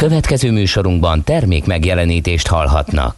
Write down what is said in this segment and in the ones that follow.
Következő műsorunkban termék megjelenítést hallhatnak.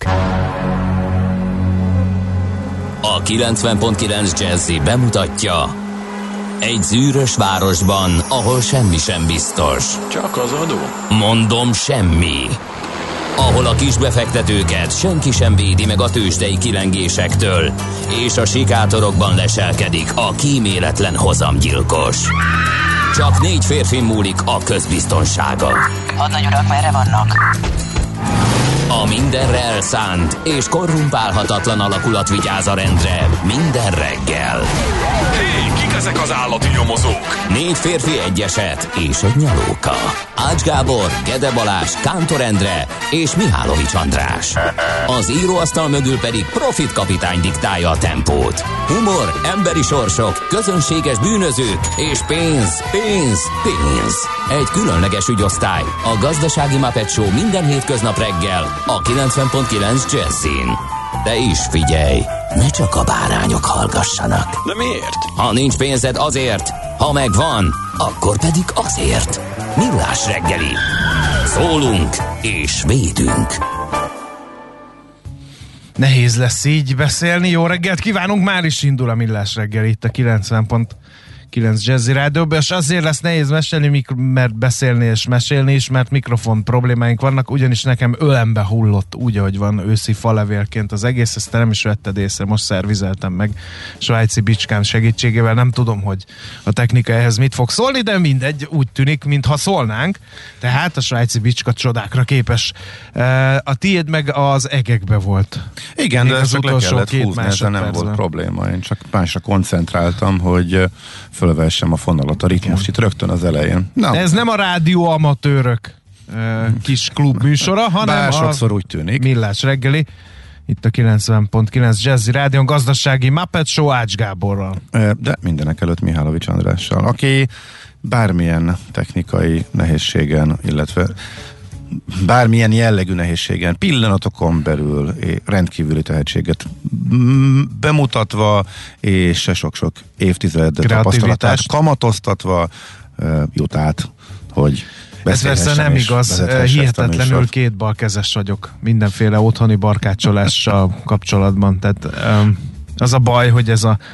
A 90.9 Jazzy bemutatja: egy zűrös városban, ahol semmi sem biztos. Csak az adó? Mondom, semmi. Ahol a kisbefektetőket senki sem védi meg a tőzsdei kilengésektől, és a sikátorokban leselkedik a kíméletlen hozamgyilkos. Csak 4 férfin múlik a közbiztonsága. Hadnagy urak, merre vannak? A mindenre elszánt és korrumpálhatatlan alakulat vigyáz a rendre minden reggel. Hé, kik ezek az állati nyomozók? 4 férfi, egy eset és egy nyalóka. Ács Gábor, Gede Balázs, Kántor Endre és Mihálovics András. Az íróasztal mögül pedig Profit kapitány diktálja a tempót. Humor, emberi sorsok, közönséges bűnözők és pénz, pénz, pénz. Egy különleges ügyosztály, a Gazdasági Muppet Show minden hétköznap reggel a 90.9 Jazzin. De is figyelj, ne csak a bárányok hallgassanak. De miért? Ha nincs pénzed, azért, ha megvan, akkor pedig azért. Millás reggeli. Szólunk és védünk. Nehéz lesz így beszélni. Jó reggelt kívánunk, már is indul a Millás reggeli itt a 90.9 Jazzy Rádióban, és azért lesz nehéz mesélni, mert beszélni és mesélni is, mert mikrofon problémáink vannak, ugyanis nekem ölembe hullott úgy, ahogy van, őszi falevélként az egész, ezt te nem is vetted észre, most szervizeltem meg svájci bicskám segítségével, nem tudom, hogy a technika ehhez mit fog szólni, de mindegy, úgy tűnik, mintha szólnánk, tehát a svájci bicska csodákra képes. A tiéd meg az egekbe volt. Igen, de ezt csak le kellett húzni, ezzel nem volt percben. probléma. Én csak másra koncentráltam, hogy fölvessem a fonalat, a ritmust itt rögtön az elején. De ez nem a rádió amatőrök kis klub műsora, hanem sokszor úgy tűnik. Millás reggeli, itt a 90.9 Jazzy Rádión, Gazdasági Muppet Show Ács Gáborral. De mindenek előtt Mihálovics Andrással, aki bármilyen technikai nehézségen, illetve bármilyen jellegű nehézségen, pillanatokon belül rendkívüli tehetséget bemutatva, és sok-sok évtized tapasztalatát kamatoztatva jut át, hogy ez persze nem igaz, hihetetlenül kétbalkezes vagyok mindenféle otthoni barkácsolással kapcsolatban, tehát az a baj, hogy ez a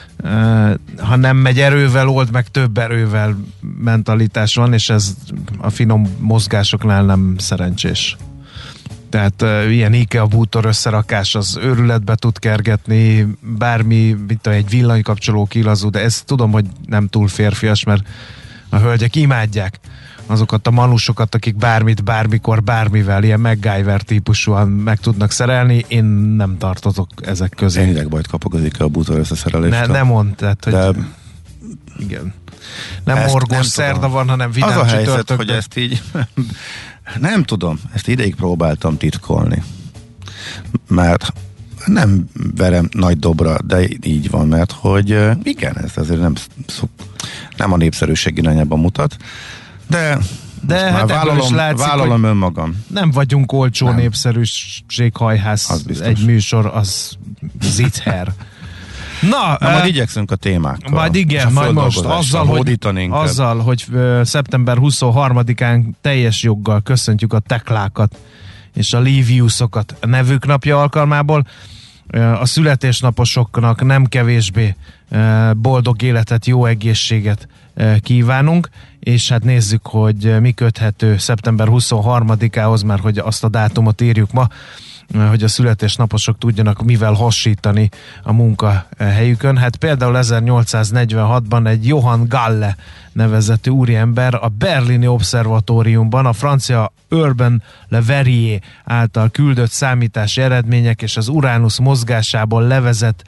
ha nem megy erővel, old meg több erővel mentalitás van, és ez a finom mozgásoknál nem szerencsés. Tehát ilyen IKEA bútor összerakás az őrületbe tud kergetni, bármi, mint egy villanykapcsoló kilazú, de ezt tudom, hogy nem túl férfias, mert a hölgyek imádják azokat a manusokat, akik bármit, bármikor, bármivel, ilyen MacGyver típusúan meg tudnak szerelni. Én nem tartozok ezek közé. Én idegbajt kapok az IKEA bútor összeszerelést. Ne mondd, tehát, hogy de... igen. Nem morgós szerda van, hanem vidám csütörtök. Az a helyzet, csütörtök, hogy ezt így nem tudom, ezt ideig próbáltam titkolni. Mert nem verem nagy dobra, de így van, mert hogy igen, ez azért nem a népszerűség irányában mutat, de hát vállalom önmagam. Nem vagyunk olcsó népszerűséghajház, egy műsor, az zither. Na, majd igyekszünk a témákkal. Majd igen, majd most azzal, hogy szeptember 23-án teljes joggal köszöntjük a teklákat és a Liviusokat a nevük napja alkalmából. A születésnaposoknak nem kevésbé boldog életet, jó egészséget kívánunk, és hát nézzük, hogy mi köthető szeptember 23-ához, mert hogy azt a dátumot írjuk ma, hogy a születésnaposok tudjanak mivel hasítani a munkahelyükön. Hát például 1846-ban egy Johann Galle nevezetű úriember a berlini obszervatóriumban a francia Urbain Le Verrier által küldött számítási eredmények és az Uranus mozgásából levezett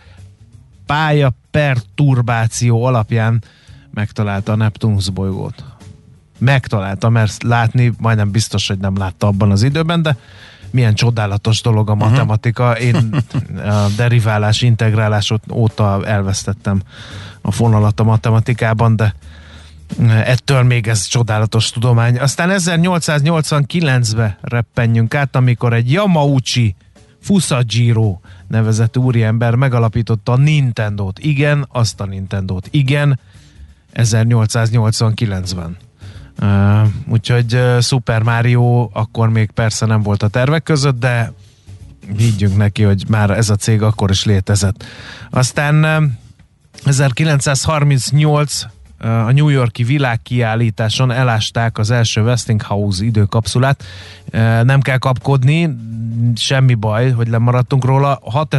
pályaperturbáció alapján megtalálta a Neptunusz bolygót. Megtalálta, mert látni majdnem biztos, hogy nem látta abban az időben, de milyen csodálatos dolog a matematika. Én a deriválás, integrálás óta elvesztettem a fonalat a matematikában, de ettől még ez csodálatos tudomány. Aztán 1889-be reppenjünk át, amikor egy Yamauchi Fusajiro nevezetű úriember megalapította a Nintendót. Igen, azt a Nintendót. Igen, 1889-ben. Úgyhogy Super Mario akkor még persze nem volt a tervek között, de higgyünk neki, hogy már ez a cég akkor is létezett. Aztán 1938 a New York-i világkiállításon elásták az első Westinghouse időkapszulát. Nem kell kapkodni, semmi baj, hogy lemaradtunk róla.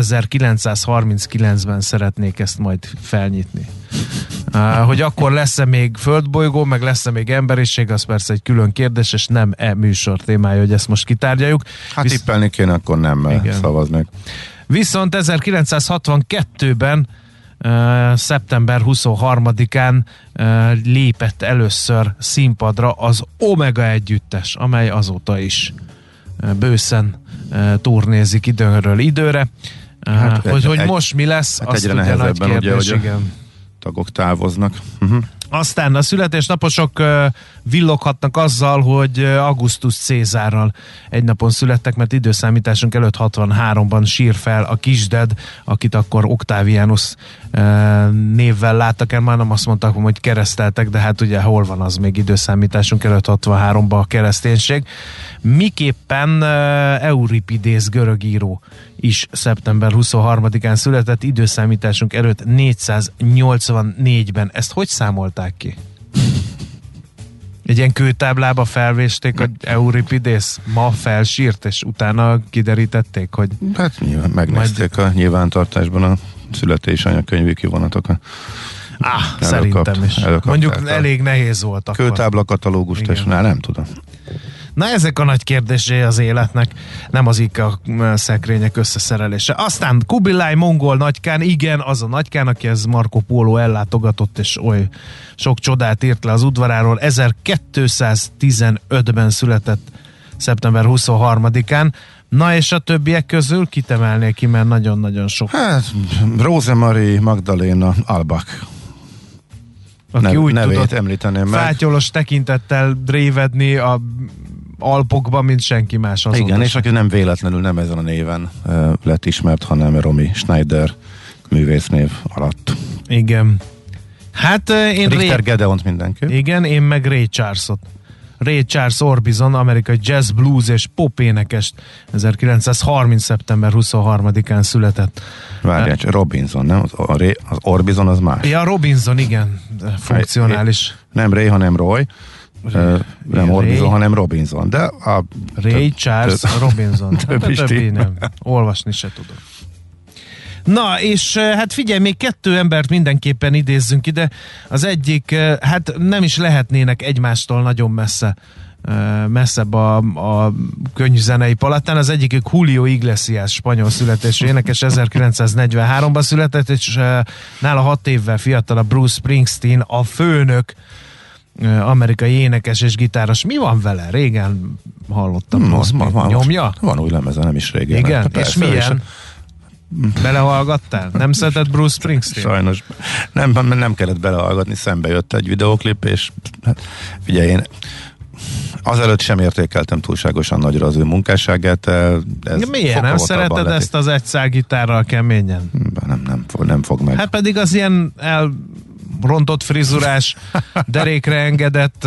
6939-ben szeretnék ezt majd felnyitni. Hogy akkor lesz-e még földbolygó, meg lesz-e még emberiség, az persze egy külön kérdés, és nem műsor témája, hogy ezt most kitárgyaljuk. Hát tippelni kéne, akkor nem szavaznak. Viszont 1962-ben szeptember 23-án lépett először színpadra az Omega együttes, amely azóta is bőszen turnézik időről időre. Hogy most mi lesz, hát azt ugye nagy kérdés, ugye, igen. Tagok távoznak. Aztán a születésnaposok villoghatnak azzal, hogy Augustus Cézárral egy napon születtek, mert időszámításunk előtt 63-ban sír fel a kisded, akit akkor Octavianus névvel láttak el, már nem azt mondtak, hogy kereszteltek, de hát ugye hol van az még időszámításunk előtt 63-ban a kereszténység. Miképpen Euripidész görög író is szeptember 23-án született, időszámításunk előtt 484-ben. Ezt hogy számolták ki? Egy ilyen kőtáblába felvésték, hogy Euripidész ma felsírt, és utána kiderítették, hogy... Hát nyilván megnézték a nyilvántartásban a születés anyakönyvi kivonatokat. Szerintem is. Mondjuk elég nehéz volt akkor. Kőtábla katalógust, és nem tudom. Na, ezek a nagy kérdései az életnek, nem az IKEA szekrények összeszerelése. Aztán Kubilai mongol nagykán, igen, az a nagykán, aki ez Marco Polo ellátogatott, és oly sok csodát írt le az udvaráról. 1215-ben született szeptember 23-án. Na, és a többiek közül kit emelnék ki, mert nagyon-nagyon sok. Hát, Rosemarie Magdalena Albach. Aki úgy nevét tudott említeném meg. fátyolos tekintettel drévedni a Alpokban, mint senki más azóta. Igen, és aki nem véletlenül nem ezen a néven lett ismert, hanem Romy Schneider művésznév alatt. Igen. Hát én Richter Gedeont mindenki. Igen, én meg Ray Charles-ot. Ray Charles Orbison, amerikai jazz, blues és pop énekest 1930. szeptember 23-án született. Várjál, Robinson, nem? Az Orbison az más. Ja, Robinson, igen. Funkcionális. Nem Ray, hanem Roy. Nem Orbison, hanem Robinson. De a Ray Charles Robinson. Többi nem. Olvasni se tudok. Na, és hát figyelj, még 2 embert mindenképpen idézzünk ide. Az egyik, hát nem is lehetnének egymástól nagyon messzebb a könnyűzenei palettán. Az egyikük Julio Iglesias, spanyol születésű énekes, 1943-ban született, és nála 6 évvel fiatalabb Bruce Springsteen, a főnök, amerikai énekes és gitáros. Mi van vele? Régen hallottam. Nyomja? Van új lemeze, nem is régen. Igen, és milyen? Belehallgattál? Nem szeretett Bruce Springsteen? Sajnos. Nem kellett belehallgatni, szembe jött egy videóklip, és hát, figyelj, én azelőtt sem értékeltem túlságosan nagyra az ő munkásságát. Miért nem szereted ezt az egyszál gitárral keményen? Nem fog meg. Hát pedig az ilyen elrontott frizurás, derékre engedett,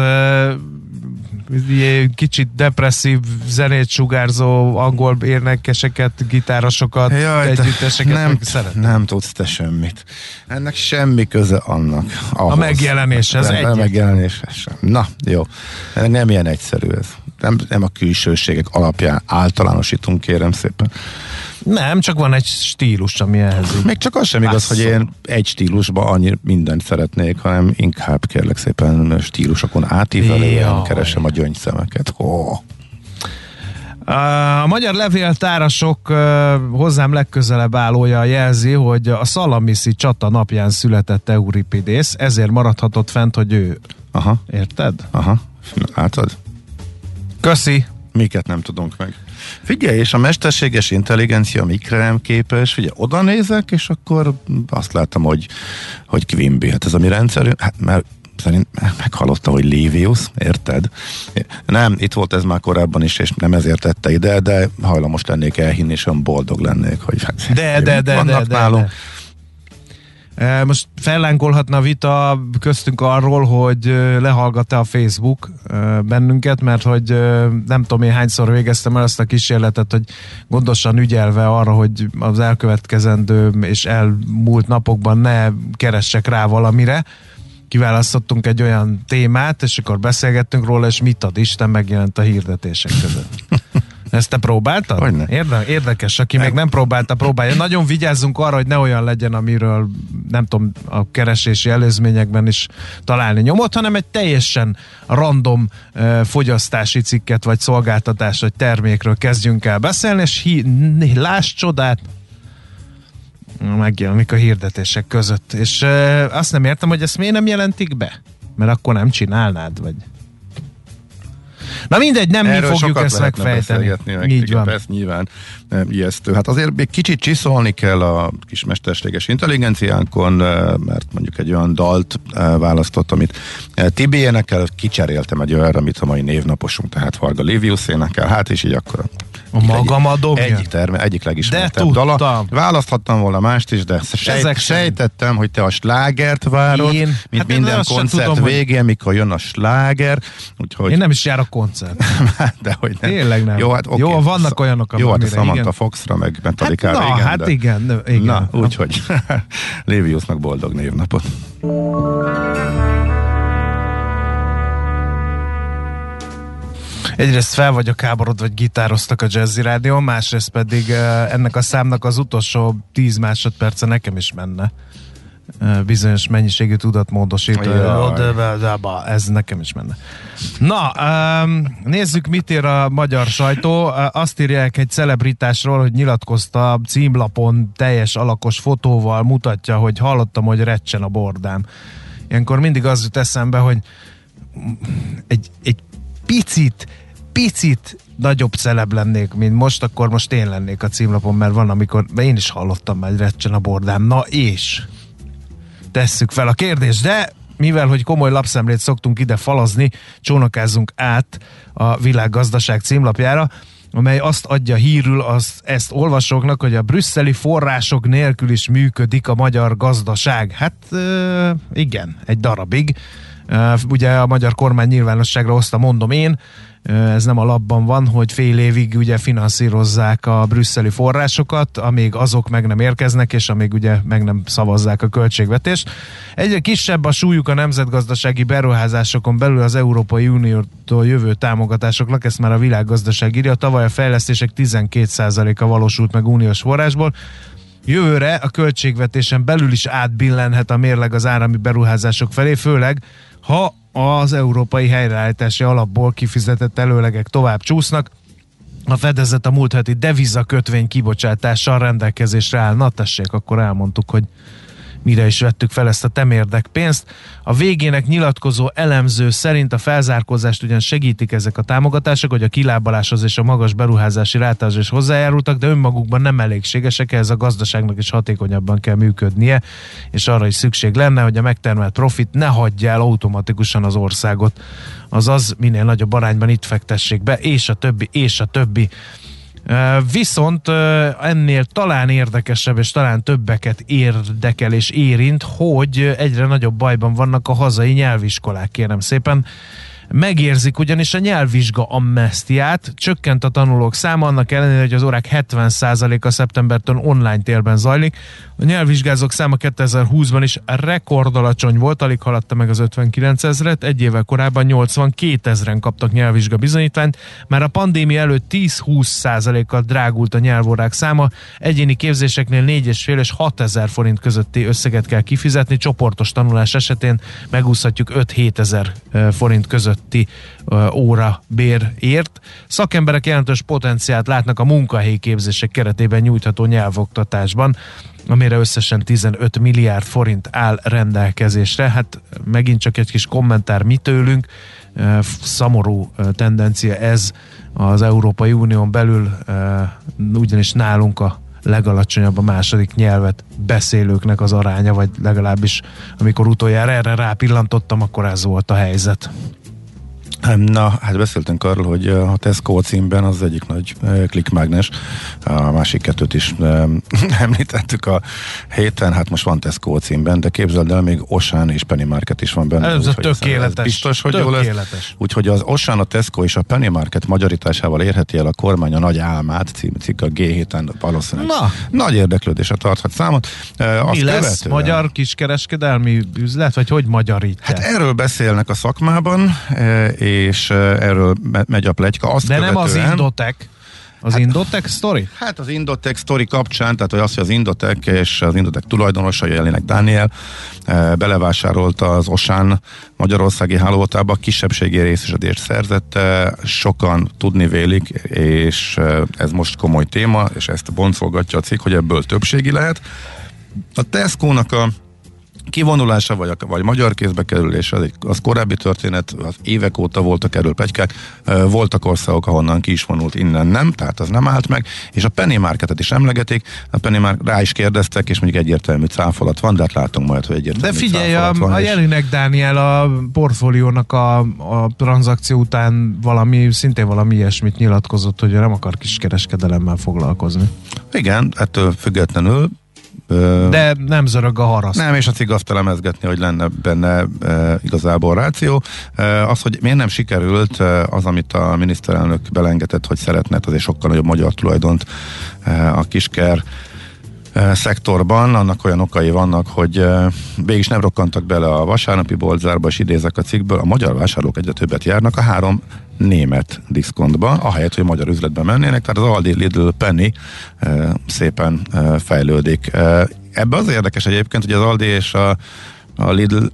kicsit depresszív zenét sugárzó angol énekeseket, gitárosokat, együtteseket nem tudsz te semmit. Ennek semmi köze annak. Ahhoz. A megjelenéshez A megjelenéshez sem. Na, jó. Nem ilyen egyszerű ez. Nem a külsőségek alapján általánosítunk, kérem szépen. Nem, csak van egy stílus, ami ehhez. Még csak az sem igaz, hogy én egy stílusban annyi mindent szeretnék, hanem inkább kérlek szépen stílusokon átívelően keresem a gyöngyszemeket. A magyar levéltárasok hozzám legközelebb állója jelzi, hogy a szalamiszi csata napján született Euripidész, ezért maradhatott fent, hogy ő. Aha. Érted? Aha. Látod? Köszi. Miket nem tudunk meg. Figyelj, és a mesterséges intelligencia mikre nem képes, figyelj, oda nézek, és akkor azt láttam, hogy Quimby, hát ez a mi rendszerünk, hát mert szerint meghallottam, hogy Livius, érted? Nem, itt volt ez már korábban is, és nem ezért tette ide, de hajlamos lennék elhinni, és olyan boldog lennék, hogy de. Most fellánkolhatna a vita köztünk arról, hogy lehallgatta a Facebook bennünket, mert hogy nem tudom én hányszor végeztem el azt a kísérletet, hogy gondosan ügyelve arra, hogy az elkövetkezendő és elmúlt napokban ne keressek rá valamire. Kiválasztottunk egy olyan témát, és akkor beszélgettünk róla, és mit ad Isten, megjelent a hirdetések között. Ezt te próbáltad? Érdekes, aki még nem próbálta, próbálja. Nagyon vigyázzunk arra, hogy ne olyan legyen, amiről nem tudom, a keresési előzményekben is találni nyomot, hanem egy teljesen random fogyasztási cikket, vagy szolgáltatás, vagy termékről kezdjünk el beszélni, és láss csodát, megjelenik a hirdetések között. És azt nem értem, hogy ezt miért nem jelentik be? Mert akkor nem csinálnád, vagy... Na mindegy, nem erről mi fogjuk ezt megfejteni. Így van. Ez nyilván ijesztő. Hát azért még kicsit csiszolni kell a kis mesterséges intelligenciánkon, mert mondjuk egy olyan dalt választott, amit Tibi énekel, kicseréltem egy olyanra, amit a mai névnaposunk, tehát Varga Livius énekel, hát és így akkor magam dobja. Egyik legismertebb dala. Választhattam volna mást is, de sejtettem, hogy te a slágert várod, mint minden koncert végén, mikor jön a sláger. Úgyhogy... Én nem is járok koncert. De hogy nem. Tényleg nem. Jó, hát, okay. Jó, vannak olyanok, amire. Jó, hát a Samantha Foxra, meg Metallica-ra. Hát igen. Na, úgyhogy Liviusnak boldog névnapot. Egyrészt fel vagyok háborodva, hogy gitároztak a Jazzy Rádión, másrészt pedig ennek a számnak az utolsó 10 másodperce nekem is menne. Bizonyos mennyiségű tudatmódosító. Ez nekem is menne. Na, nézzük, mit ír a magyar sajtó. Azt írják egy celebritásról, hogy nyilatkozta címlapon teljes alakos fotóval, mutatja, hogy hallottam, hogy recsen a bordám. Ilyenkor mindig az jut eszembe, hogy egy picit nagyobb celeb lennék, mint most, akkor most én lennék a címlapon, mert van, amikor én is hallottam, hogy recsen a bordám. Na és tesszük fel a kérdést, de mivel, hogy komoly lapszemlét szoktunk ide falazni, csónakázzunk át a Világgazdaság címlapjára, amely azt adja hírül ezt olvasóknak, hogy a brüsszeli források nélkül is működik a magyar gazdaság. Hát igen, egy darabig. Ugye a magyar kormány nyilvánosságra hozta, mondom én, ez nem a lapban van, hogy fél évig ugye finanszírozzák a brüsszeli forrásokat, amíg azok meg nem érkeznek, és amíg ugye meg nem szavazzák a költségvetést. Egyre kisebb a súlyuk a nemzetgazdasági beruházásokon belül az Európai Uniótól jövő támogatásoknak, ezt már a Világgazdaság írja. Tavaly a fejlesztések 12%-a valósult meg uniós forrásból. Jövőre a költségvetésen belül is átbillenhet a mérleg az állami beruházások felé, főleg ha az Európai Helyreállítási Alapból kifizetett előlegek tovább csúsznak. A fedezet a múlt heti devizakötvény kibocsátással rendelkezésre áll. Na tessék, akkor elmondtuk, hogy mire is vettük fel ezt a temérdek pénzt. A végének nyilatkozó elemző szerint a felzárkózást ugyan segítik ezek a támogatások, hogy a kilábaláshoz és a magas beruházási rátához is hozzájárultak, de önmagukban nem elégségesek, ehhez a gazdaságnak is hatékonyabban kell működnie, és arra is szükség lenne, hogy a megtermelt profit ne hagyja el automatikusan az országot. Azaz minél nagyobb arányban itt fektessék be, és a többi. Viszont ennél talán érdekesebb és talán többeket érdekel és érint, hogy egyre nagyobb bajban vannak a hazai nyelviskolák, kérem szépen. Megérzik ugyanis a nyelvvizsga amnesztiát, csökkent a tanulók száma, annak ellenére, hogy az órák 70%-a szeptembertől online térben zajlik. A nyelvvizsgázók száma 2020-ban is rekordalacsony volt, alig haladta meg az 59 000-et, egy évvel korábban 82 000-en kaptak nyelvvizsga bizonyítványt, már a pandémia előtt 10-20%-kal drágult a nyelvórák száma, egyéni képzéseknél 4,5 és 6 000 forint közötti összeget kell kifizetni, csoportos tanulás esetén megúszhatjuk 5-7 000 forint közötti óra bérért. Szakemberek jelentős potenciált látnak a munkahelyi képzések keretében nyújtható nyelvoktatásban, amire összesen 15 milliárd forint áll rendelkezésre. Hát megint csak egy kis kommentár mi tőlünk. Szomorú tendencia ez az Európai Unión belül, ugyanis nálunk a legalacsonyabb a második nyelvet beszélőknek az aránya, vagy legalábbis amikor utoljára erre rápillantottam, akkor ez volt a helyzet. Na, hát beszéltünk arról, hogy a Tesco címben az egyik nagy klikmágnes, a másik kettőt is említettük a héten, hát most van Tesco címben, de képzeld el, még Auchan és Penny Market is van benne. Ez a tökéletes. Biztos, hogy jó lesz. Úgyhogy az Auchan, a Tesco és a Penny Market magyarításával érheti el a kormány a nagy álmát, című cikk a G7-en valószínűleg nagy érdeklődésre tarthat számot. Mi lesz magyar kiskereskedelmi üzlet, vagy hogy magyarítják? Hát erről beszélnek a szakmában, és erről megy a pletyka. Azt de követően, nem az Indotech. Az Indotech sztori? Hát az Indotech sztori kapcsán, tehát az, hogy az Indotech és az Indotech tulajdonosa, Jelinek Dániel belevásárolta az Auchan magyarországi hálózatába, kisebbségi részesedést szerzett, sokan tudni vélik, és ez most komoly téma, és ezt boncolgatja a cikk, hogy ebből többségi lehet. A Tesco-nak a kivonulása, vagy magyar kézbe kerülése, az korábbi történet, az évek óta voltak erről pletykák, voltak országok, ahonnan ki is vonult, innen nem, tehát az nem állt meg, és a Penny Marketet is emlegetik, a Penny Market rá is kérdeztek, és mondjuk egyértelmű cáfolat van, de hát látunk majd, hogy egyértelmű cáfolat van. De van. A Jelinek Dániel a portfóliónak a tranzakció után szintén valami ilyesmit nyilatkozott, hogy nem akar kiskereskedelemmel foglalkozni. Igen, ettől függetlenül de nem zörög a haraszt. Nem, és a cikk azt elemezgetni, hogy lenne benne igazából ráció. Az, hogy miért nem sikerült az, amit a miniszterelnök belengedett, hogy szeretne, azért sokkal nagyobb magyar tulajdont a kisker szektorban, annak olyan okai vannak, hogy végig nem rokkantak bele a vasárnapi boltzárba, és idézek a cikkből, a magyar vásárlók egyre többet járnak a 3 német diszkontba, ahelyett, hogy magyar üzletbe mennének, tehát az Aldi, Lidl, Penny szépen fejlődik. Ebben az érdekes egyébként, hogy az Aldi és a Lidl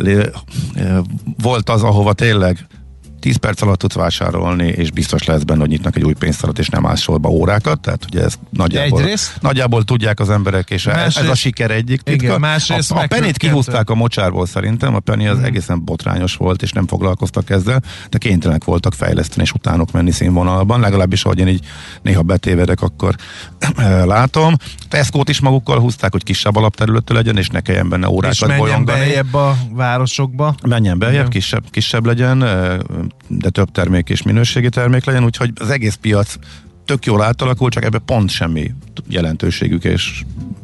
volt az, ahova tényleg 10 perc alatt tudsz vásárolni, és biztos lesz benne, hogy nyitnak egy új pénztárat, és nem állsz sorba órákat, tehát ugye ez nagyjából tudják az emberek, és ez a siker egyik titka. Igen, a Pennyt kihúzták a mocsárból szerintem, a Penny az egészen botrányos volt, és nem foglalkoztak ezzel, de kénytelenek voltak fejleszteni, és utánok menni színvonalban, legalábbis, ahogy én így néha betévedek, akkor látom. Tesco-t is magukkal húzták, hogy kisebb alapterületű legyen, és ne kelljen benne órákat bolyongani. És menjen beljebb a városokba. Menjen beljebb, kisebb legyen, de több termék és minőségi termék legyen, úgyhogy az egész piac tök jól átalakult, csak ebbe pont semmi jelentőségük, és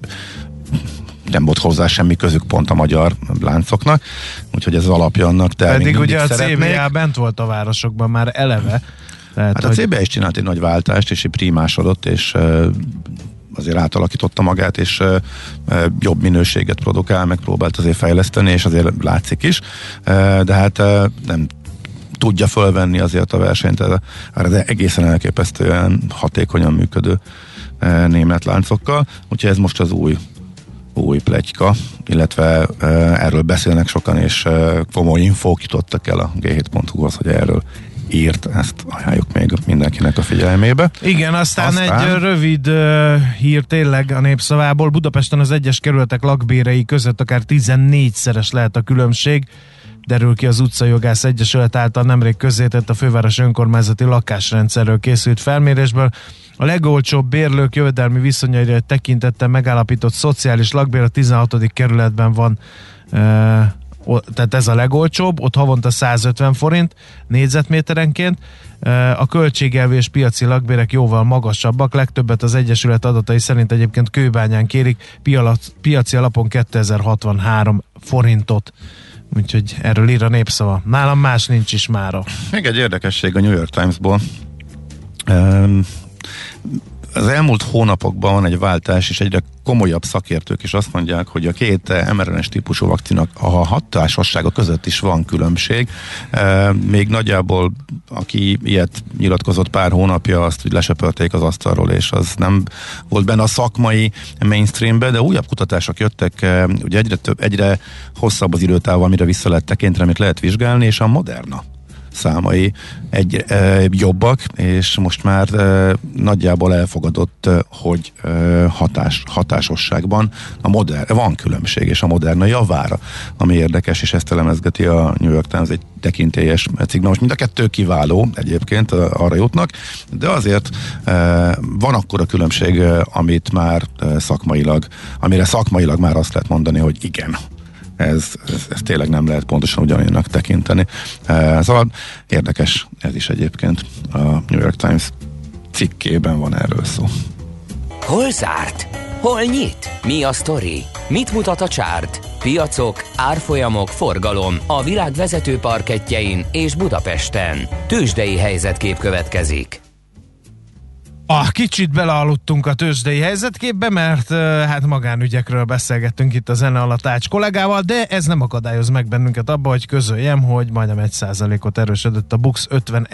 nem volt hozzá semmi közük pont a magyar láncoknak, úgyhogy ez az alapja annak. Pedig ugye a CBA bent volt a városokban már eleve. Tehát, hát a CBA is csinált egy nagy váltást, és egy primásodott, és azért átalakította magát, és jobb minőséget produkál, megpróbált azért fejleszteni, és azért látszik is, de hát nem tudja fölvenni azért a versenyt, de egészen elképesztően hatékonyan működő német láncokkal, úgyhogy ez most az új pletyka, illetve erről beszélnek sokan, és komoly infók jutottak el a G7.hu-hoz, hogy erről írt, ezt ajánljuk még mindenkinek a figyelmébe. Igen, aztán egy rövid hír tényleg a Népszavából. Budapesten az egyes kerületek lakbérei között akár 14-szeres lehet a különbség, derül ki az Utcajogász Egyesület által nemrég közzétett a főváros önkormányzati lakásrendszerről készült felmérésből. A legolcsóbb bérlők jövedelmi viszonyaira tekintettel megállapított szociális lakbér a 16. kerületben van, tehát ez a legolcsóbb, ott havonta 150 forint négyzetméterenként. A költségelvű és piaci lakbérek jóval magasabbak, legtöbbet az Egyesület adatai szerint egyébként Kőbányán kérik, piaci alapon 2063 forintot. Úgyhogy erről ír a Népszava. Nálam más nincs is mára. Még egy érdekesség a New York Times-ból. Az elmúlt hónapokban van egy váltás, és egyre komolyabb szakértők is azt mondják, hogy a két mRNA-s típusú vakcinak a hatásossága között is van különbség. Még nagyjából, aki ilyet nyilatkozott pár hónapja, azt úgy lesöpörték az asztalról, és az nem volt benne a szakmai mainstreambe, de újabb kutatások jöttek, ugye egyre hosszabb az időtáv, amire vissza lehet tekinteni, amit lehet vizsgálni, és a Moderna számai jobbak, és most már nagyjából elfogadott, hogy hatásosságban van különbség, és a Moderna javára, ami érdekes, és ezt elemezgeti a New York Times egy tekintélyes cikk. Most mind a kettő kiváló egyébként, arra jutnak, de azért van akkora különbség, amire szakmailag már azt lehet mondani, hogy igen, ez tényleg nem lehet pontosan ugyanolyannak tekinteni. Szóval érdekes ez is egyébként. A New York Times cikkében van erről szó. Hol zárt? Hol nyit? Mi a sztori? Mit mutat a csárt? Piacok, árfolyamok, forgalom a világ vezető parkettjein és Budapesten. Tőzsdei helyzetkép következik. Kicsit belealudtunk a tőzsdei helyzetképbe, mert hát magánügyekről beszélgettünk itt a zene alatt Ács kollégával, de ez nem akadályoz meg bennünket abba, hogy közöljem, hogy majdnem 1%-ot erősödött a BUX,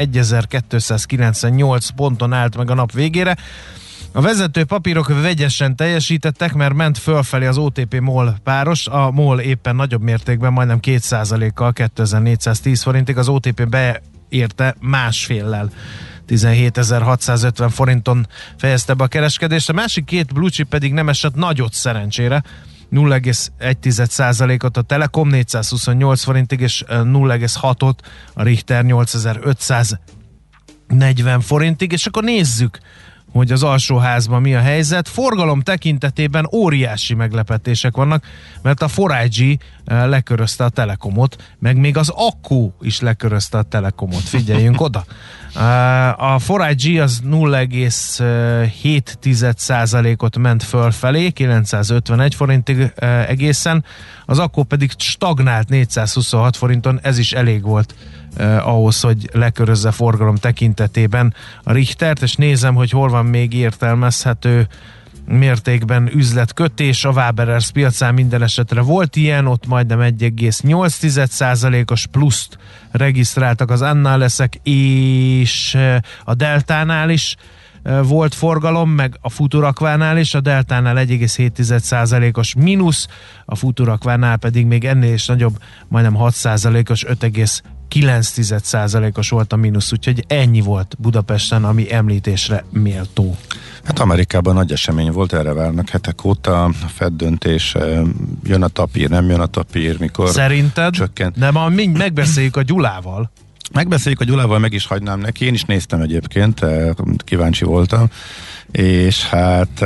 51.298 ponton állt meg a nap végére. A vezető papírok vegyesen teljesítettek, mert ment fölfelé az OTP-MOL páros, a MOL éppen nagyobb mértékben, majdnem 2%-kal, 2410 forintig, az OTP beérte másféllel. 17.650 forinton fejezte be a kereskedést. A másik két blue chip pedig nem esett nagyot szerencsére. 0,1%-ot a Telekom 428 forintig, és 0,6-ot a Richter 8540 forintig. És akkor nézzük, hogy az alsóházban mi a helyzet. Forgalom tekintetében óriási meglepetések vannak, mert a 4iG lekörözte a Telekomot, meg még az Akku is lekörözte a Telekomot. Figyeljünk oda! A 4iG az 0,7%-ot ment fölfelé, 951 forintig egészen, az Akku pedig stagnált 426 forinton, ez is elég volt ahhoz, hogy lekörözze forgalom tekintetében a Richtert, és nézem, hogy hol van még értelmezhető mértékben üzletkötés. A Waberers piacán minden esetre volt ilyen, ott majdnem 1,8%-os pluszt regisztráltak az Annáleszek, és a Deltánál is volt forgalom, meg a Futurakvánál is, a Deltánál 1,7%-os mínusz, a Futurakvánál pedig még ennél is nagyobb, majdnem 6%-os, 5,9%-os volt a mínusz, úgyhogy ennyi volt Budapesten, ami említésre méltó. Hát Amerikában nagy esemény volt, erre várnak hetek óta, a Fed döntés, jön a tapír, nem jön a tapír, mikor szerinted? Csökkent. De ma mind megbeszéljük a Gyulával. Megbeszéljük a Gyulával, meg is hagynám neki, én is néztem egyébként, kíváncsi voltam, és hát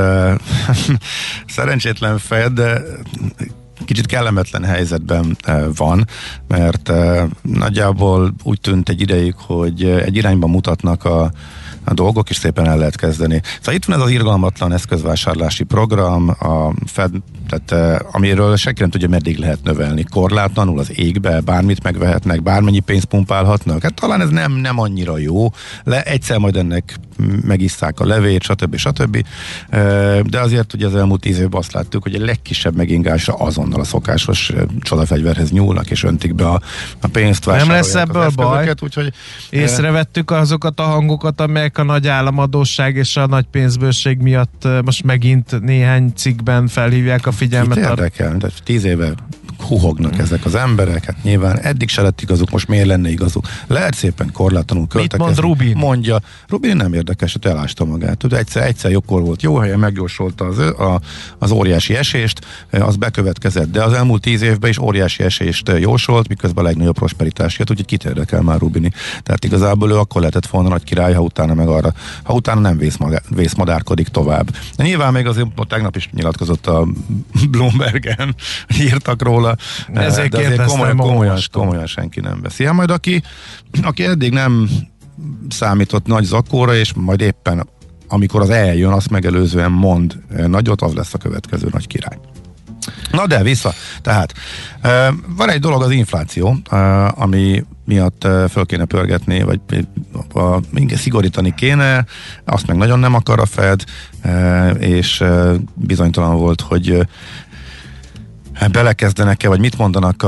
szerencsétlen Fed, de kicsit kellemetlen helyzetben van, mert nagyjából úgy tűnt egy ideig, hogy egy irányba mutatnak a dolgok, és szépen el lehet kezdeni. Szóval itt van ez az irgalmatlan eszközvásárlási program, a Fed, tehát, amiről senki nem tudja, meddig lehet növelni. Korlátlanul az égbe, bármit megvehetnek, bármennyi pénzt pumpálhatnak. Hát talán ez nem annyira jó. Egyszer majd ennek megisszák a levét, stb. De azért ugye az elmúlt 10 évben azt láttuk, hogy a legkisebb megingásra azonnal a szokásos csodafegyverhez nyúlnak, és öntik be a pénzt, vásárolják. Nem lesz ebből baj. Úgyhogy, észrevettük azokat a hangokat, amelyek a nagy államadósság és a nagy pénzbőség miatt most megint néhány cikkben felhívják a figyelmet. Itt érdekel, de 10 éve huhognak ezek az emberek, hát nyilván eddig se lett igazuk, most miért lenne igazuk? Lehet szépen korlátlanul költekezni. Mit mond Rubin? Mondja, Rubin nem érdekes, hogy elásta magát. Tudod, egyszer jobbkor volt jó helyen, megjósolta az óriási esést, az bekövetkezett, de az elmúlt 10 évben is óriási esést jósolt, miközben a legnagyobb prosperitás jött, úgyhogy kit érdekel már Rubini. Tehát igazából ő akkor lehetett volna nagy király, ha utána nem vészmadárkodik tovább. De nyilván még azért tegnap is nyilatkozott a Bloombergen, írtak róla, de azért komolyan senki nem veszi. Hát majd aki eddig nem számított nagy zakóra, és majd éppen amikor az eljön, azt megelőzően mond nagyot, az lesz a következő nagy király. Na de vissza, tehát van egy dolog, az infláció, ami miatt föl kéne pörgetni, vagy szigorítani kéne, azt meg nagyon nem akar a Fed, és bizonytalan volt, hogy belekezdenek-e, vagy mit mondanak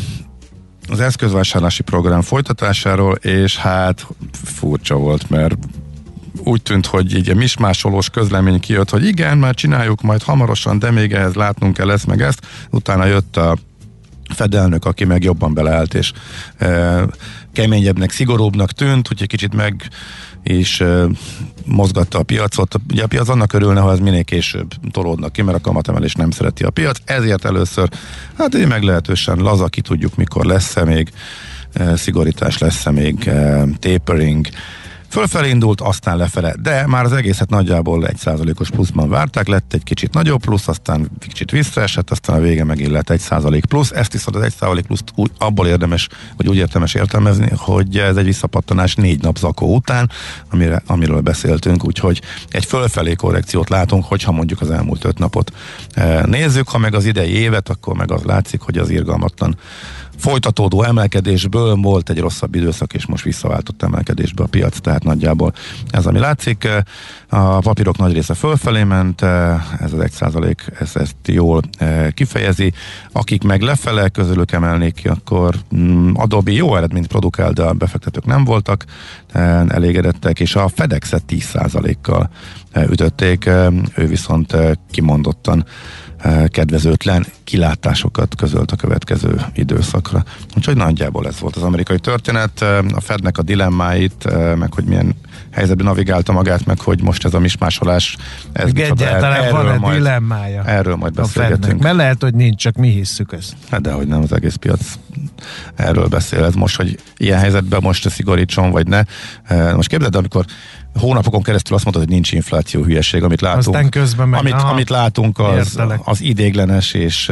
az eszközvásárlási program folytatásáról, és hát furcsa volt, mert úgy tűnt, hogy így mismásolós közlemény kijött, hogy igen, már csináljuk majd hamarosan, de még ehhez látnunk kell ezt meg ezt. Utána jött a Fed elnök, aki meg jobban beleállt, és keményebbnek, szigorúbbnak tűnt, úgyhogy kicsit meg is mozgatta a piacot. Ugye a piac annak örülne, ha ez minél később tolódnak ki, mert a kamatemelés nem szereti a piac, ezért először, hát így meglehetősen laza, ki tudjuk mikor lesz-e még szigorítás, lesz-e még tapering, fölfelé indult, aztán lefele, de már az egészet nagyjából 1%-os pluszban várták, lett egy kicsit nagyobb plusz, aztán kicsit visszaesett, aztán a vége megint lett 1% plusz. Ezt viszont az 1% pluszt abból érdemes, vagy úgy érdemes értelmezni, hogy ez egy visszapattanás 4 nap zakó után, amiről beszéltünk, úgyhogy egy fölfelé korrekciót látunk, hogyha mondjuk az elmúlt 5 napot nézzük, ha meg az idei évet, akkor meg az látszik, hogy az irgalmatlan folytatódó emelkedésből volt egy rosszabb időszak, és most visszaváltott emelkedésbe a piac, tehát nagyjából ez, ami látszik. A papírok nagy része fölfelé ment, ez az 1%, ezt jól kifejezi. Akik meg lefele, közülük emelnék ki, akkor Adobe jó eredményt produkál, de a befektetők nem voltak elégedettek, és a FedEx-et 10%-kal ütötték, ő viszont kimondottan kedvezőtlen kilátásokat közölt a következő időszakra. Úgyhogy nagyjából ez volt az amerikai történet. A Fednek a dilemmáit, meg hogy milyen helyzetben navigálta magát, meg hogy most ez a mismásolás, ez egyáltalán van-e dilemmája? Erről majd beszélgetünk. Mert lehet, hogy nincs, csak mi hisszük ezt. Hát dehogy nem, az egész piac erről beszél. Ez most, hogy ilyen helyzetben most szigorítson, vagy ne. Most képzeld, amikor hónapokon keresztül azt mondod, hogy nincs infláció, hülyeség, amit látunk. Aztán közben meg, amit látunk, az idéglenes, és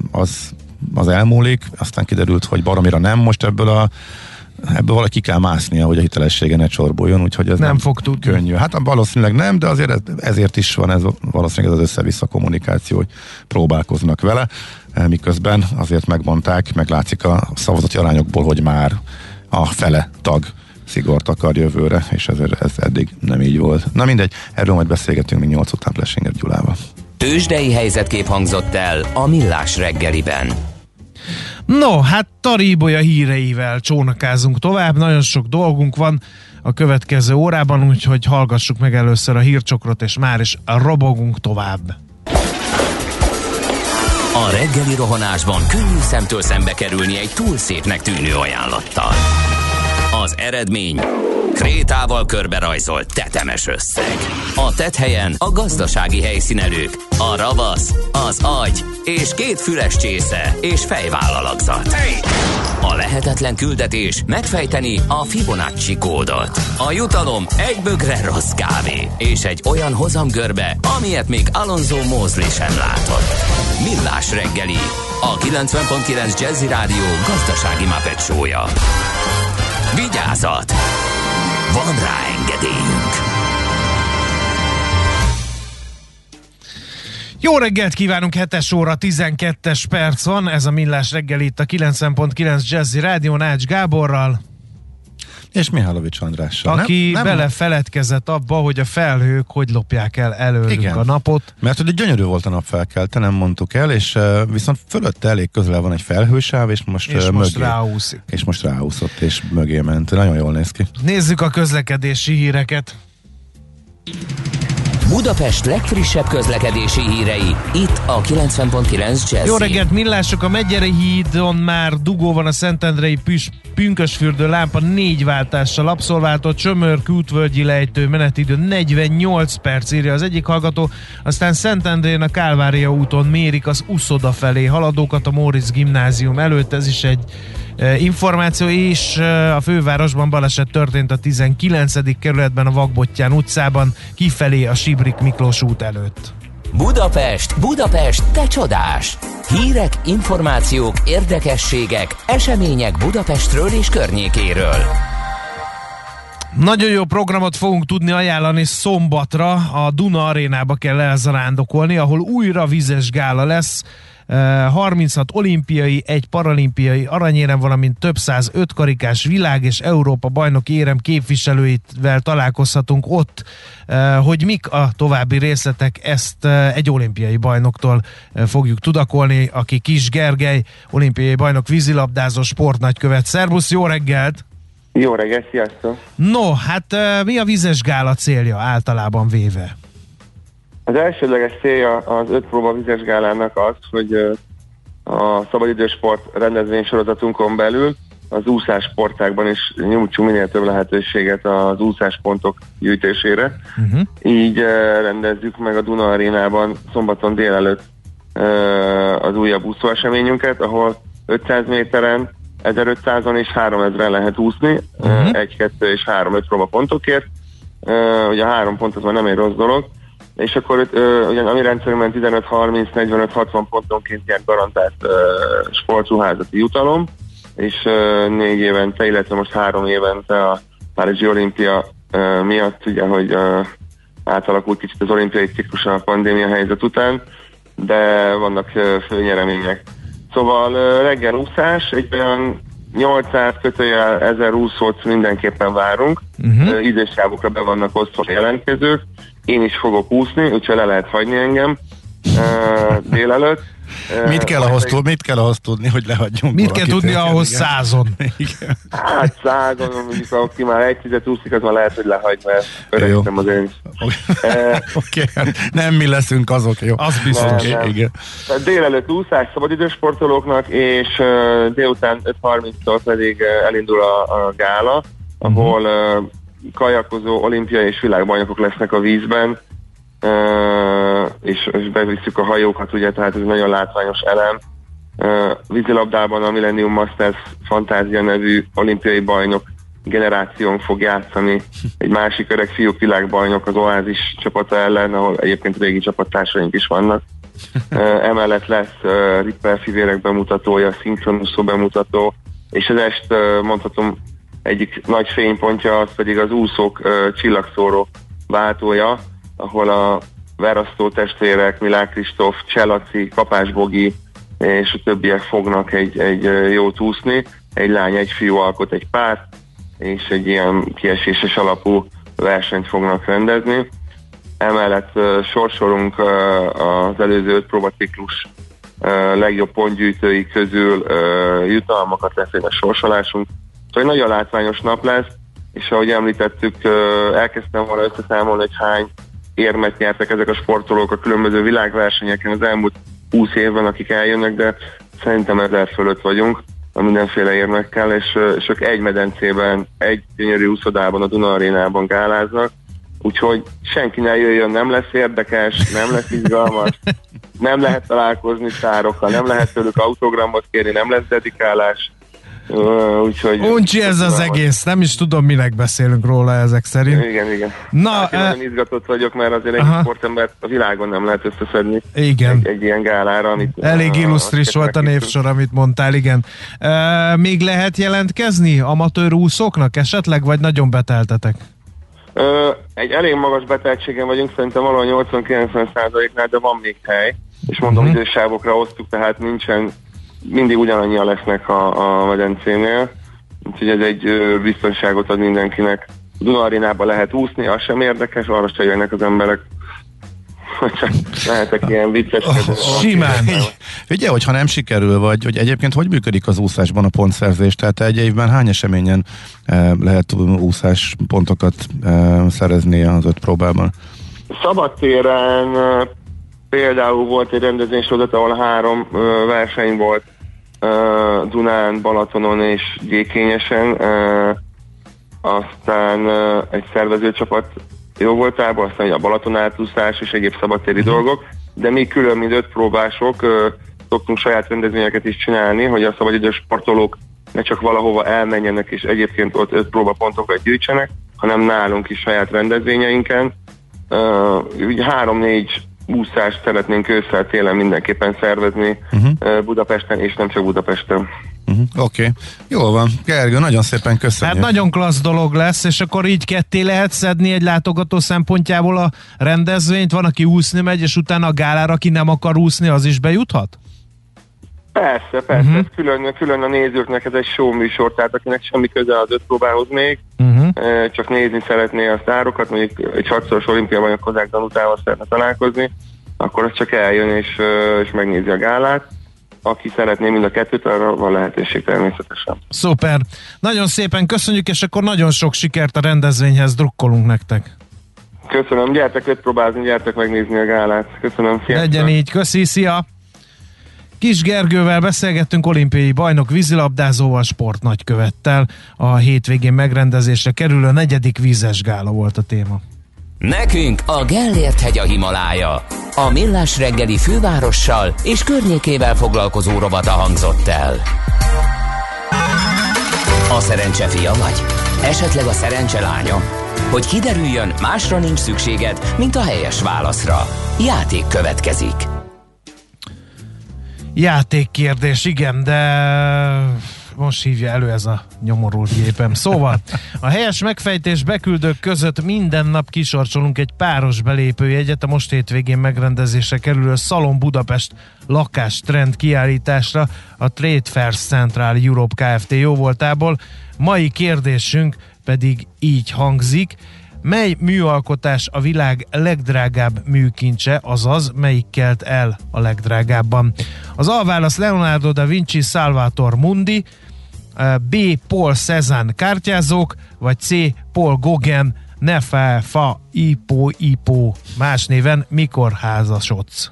az elmúlik. Aztán kiderült, hogy baromira nem. Most ebből valaki kell másznia, hogy a hitelessége ne csorbuljon, úgyhogy ez nem fog tudni. Könnyű. Hát valószínűleg nem, de azért ezért is van ez valószínűleg az össze-vissza kommunikáció, hogy próbálkoznak vele, miközben azért megmondták, meglátszik a szavazati arányokból, hogy már a fele tag szigort akar jövőre, és ez eddig nem így volt. Na mindegy, erről majd beszélgetünk még 8 után Plesinger Gyulával. Tőzsdei helyzetkép hangzott el a Millás reggeliben. No, hát Taríbolya híreivel csónakázunk tovább, nagyon sok dolgunk van a következő órában, úgyhogy hallgassuk meg először a hírcsokrot, és már is robogunk tovább. A reggeli rohanásban könnyű szemtől szembe kerülni egy túl szépnek tűnő ajánlattal. Az eredmény krétával körberajzolt tetemes összeg. A tetthelyen a gazdasági helyszínelők, a ravasz, az agy és 2 füles csésze és fejvállalakzat. A lehetetlen küldetés megfejteni a Fibonacci kódot. A jutalom egy bögre rossz kávé és egy olyan hozamgörbe, amilyet még Alonso Mosley sem látott. Millás reggeli, a 90.9 Jazzy Rádió gazdasági Muppet show-ja. Vigyázat! Van rá engedélyünk! Jó reggelt kívánunk, 7 óra 12 perc van, ez a Millás reggel itt a 90.9 Jazzy Rádión Ács Gáborral. És Mihálovics Andrással. Aki belefeledkezett abba, hogy a felhők hogy lopják el előlünk a napot. Mert hogy gyönyörű volt a nap felkelte, nem mondtuk el, és viszont fölötte elég közel van egy felhősáv, és most ráúszik. És most ráúszott, és mögé ment. Nagyon jól néz ki. Nézzük a közlekedési híreket. Budapest legfrissebb közlekedési hírei, itt a 90.9 Jazzy. Jó reggelt, millások! A Megyeri hídon már dugó van a Szentendrei Pünkösfürdő lámpa 4 váltással abszolváltott, Csömörk útvölgyi lejtő menetidő 48 perc, írja az egyik hallgató, aztán Szentendrén a Kálvária úton mérik az Uszoda felé haladókat a Móricz gimnázium előtt, ez is egy információ, és a fővárosban baleset történt a 19. kerületben a Vakbottyán utcában, kifelé a Sibrik Miklós út előtt. Budapest, te csodás! Hírek, információk, érdekességek, események Budapestről és környékéről. Nagyon jó programot fogunk tudni ajánlani szombatra, a Duna Arénába kell elzarándokolni, ahol újra vizes gála lesz. 36 olimpiai, egy paralimpiai aranyérem, valamint több száz 5 karikás világ és Európa bajnoki érem képviselőivel találkozhatunk ott. Hogy mik a további részletek, ezt egy olimpiai bajnoktól fogjuk tudakolni, aki Kis Gergely, olimpiai bajnok, vízilabdázó, sportnagykövet. Szervusz, jó reggelt! Jó reggelt, sziasztok! No, hát mi a vizes gála célja általában véve? Az elsődleges célja az 5 próba vizes gálának az, hogy a szabadidősport rendezvénysorozatunkon belül az úszás sportágban is nyújtsunk minél több lehetőséget az úszáspontok gyűjtésére. Így rendezzük meg a Duna Arénában szombaton délelőtt az újabb úszóeseményünket, ahol 500 méteren, 1500-on és 3000-en lehet úszni, 1, 2 és 3, 5 próbapontokért. Ugye a 3 pont az már nem egy rossz dolog, és akkor ugye a mi rendszerünkben 15, 30, 45, 60 pontonként ilyen garantált sportruházati jutalom, és 4 évente, illetve most 3 évente a Párizsi Olimpia miatt, ugye, hogy átalakult kicsit az olimpiai ciklus a pandémia helyzet után, de vannak főnyeremények. Szóval reggel úszás, egy olyan 800-1000 úszót mindenképpen várunk, idősávokra be vannak osztva jelentkezők, én is fogok úszni, úgyhogy le lehet hagyni engem délelőtt. Mit kell ahhoz tudni, hogy lehagyjunk? Mit kell tudni ahhoz 100-on? Hát 100-on, mondjuk aki már egy tizet úszik, az már lehet, hogy lehagy, mert öregszem az én is. Oké, nem mi leszünk azok, jó? Az biztos. Nem. Igen. Délelőtt úszás szabadidős sportolóknak, és délután 5:30-tól pedig elindul a gála, ahol kajakozó, olimpiai és világbajnokok lesznek a vízben, és bevisszük a hajókat, ugye, tehát ez nagyon látványos elem. Vízilabdában a Millennium Masters Fantázia nevű olimpiai bajnok generáción fog játszani egy másik öreg fiúk világbajnok az Oázis csapata ellen, ahol egyébként régi csapattársaink is vannak. Emellett lesz Ripper fivérek bemutatója, szinkronuszó bemutató, és az est mondhatom egyik nagy fénypontja az pedig az úszók csillagszóró váltója, ahol a Verasztó testvérek, Milák Kristóf, Cselaci, Kapás Bogi és a többiek fognak egy jót úszni. Egy lány, egy fiú alkot egy párt, és egy ilyen kieséses alapú versenyt fognak rendezni. Emellett sorsolunk az előző 5 próbaciklus legjobb pontgyűjtői közül jutalmakat, lesz egy sorsolásunk. Szóval egy nagyon látványos nap lesz, és ahogy említettük, elkezdtem volna összeszámolni, hogy hány érmet nyertek ezek a sportolók a különböző világversenyeken az elmúlt 20 évben, akik eljönnek, de szerintem 1000 fölött vagyunk a mindenféle érmekkel, és ők egy medencében, egy gyönyörű úszodában, a Duna Arénában gáláznak, úgyhogy senki ne jöjjön, nem lesz érdekes, nem lesz izgalmas, nem lehet találkozni sztárokkal, nem lehet tőlük autogramot kérni, nem lesz dedikálás. Úgyhogy uncsi ez az egész, nem is tudom, minek beszélünk róla ezek szerint. Igen. Na, hát én nagyon izgatott vagyok, mert azért egy sportembert a világon nem lehet összeszedni. Igen. Egy ilyen gálára, amit elég illusztris volt a névsor, amit mondtál, igen. Még lehet jelentkezni amatőr úszóknak esetleg, vagy nagyon beteltetek? Egy elég magas beteltségen vagyunk, szerintem valahol 80-90%-nál, de van még hely, és mondom, idősávokra osztuk, tehát nincsen, mindig ugyanannyian lesznek a medencénél, úgyhogy ez egy biztonságot ad mindenkinek. Duna Arénában lehet úszni, az sem érdekes, arra se jönnek az emberek. Csak lehetek ilyen vicceskedő. Simán. Ugye, hogyha nem sikerül, vagy hogy egyébként hogy működik az úszásban a pontszerzés? Tehát egy évben hány eseményen lehet úszás pontokat szerezni az 5 próbában? Szabadtéren például volt egy rendezvénysorozat, ahol 3 verseny volt, Dunán, Balatonon és Gyékényesen, aztán egy szervezőcsapat jó voltában, aztán a Balaton átúszás és egyéb szabadtéri dolgok, de mi külön, mint 5 próbások szoktunk saját rendezvényeket is csinálni, hogy a szabadidős sportolók ne csak valahova elmenjenek és egyébként ott 5 próbapontokat gyűjtsenek, hanem nálunk is saját rendezvényeinken. Úgy 3-4 úszást szeretnénk ősszel, télen mindenképpen szervezni Budapesten, és nem csak Budapesten. Oké. Jól van. Gergő, nagyon szépen köszönjük. Hát nagyon klassz dolog lesz, és akkor így ketté lehet szedni egy látogató szempontjából a rendezvényt. Van, aki úszni megy, és utána a gálára, aki nem akar úszni, az is bejuthat? Persze. Ez külön a nézőknek ez egy show műsor, tehát akinek semmi köze az 5 próbához még, csak nézni szeretné a sztárokat, mondjuk egy 6-szoros olimpiai bajnok Kozák Danutával szeretne találkozni, akkor az csak eljön és megnézi a gálát. Aki szeretné mind a kettőt, arra van lehetőség természetesen. Szuper. Nagyon szépen köszönjük, és akkor nagyon sok sikert a rendezvényhez, drukkolunk nektek. Köszönöm, gyertek 5 próbázni, gyertek megnézni a gálát. Köszönöm, sziasztok. Legyen így, köszi, szia! Kis Gergővel beszélgettünk, olimpiai bajnok vízilabdázóval, sportnagykövettel. A hétvégén megrendezésre kerülő 4. vízes gála volt a téma. Nekünk a Gellért-hegy a Himalája. A Millás reggeli fővárossal és környékével foglalkozó rovata hangzott el. A szerencse fia vagy? Esetleg a szerencse lánya? Hogy kiderüljön, másra nincs szükséged, mint a helyes válaszra. Játék következik. Játékkérdés, igen, de most hívja elő ez a nyomorult gépem. Szóval, a helyes megfejtés beküldők között minden nap kisorsolunk egy páros belépőjegyet a most hétvégén megrendezésre kerülő Salon Budapest lakástrend kiállításra a Trade Fair Central Europe Kft. Jóvoltából. Mai kérdésünk pedig így hangzik: mely műalkotás a világ legdrágább műkincse, azaz melyik kelt el a legdrágábban? Az A válasz Leonardo da Vinci Salvator Mundi, B. Paul Cézanne kártyázók, vagy C. Paul Gauguin Ne fa fa ipo ipo, más néven Mikor házasodsz?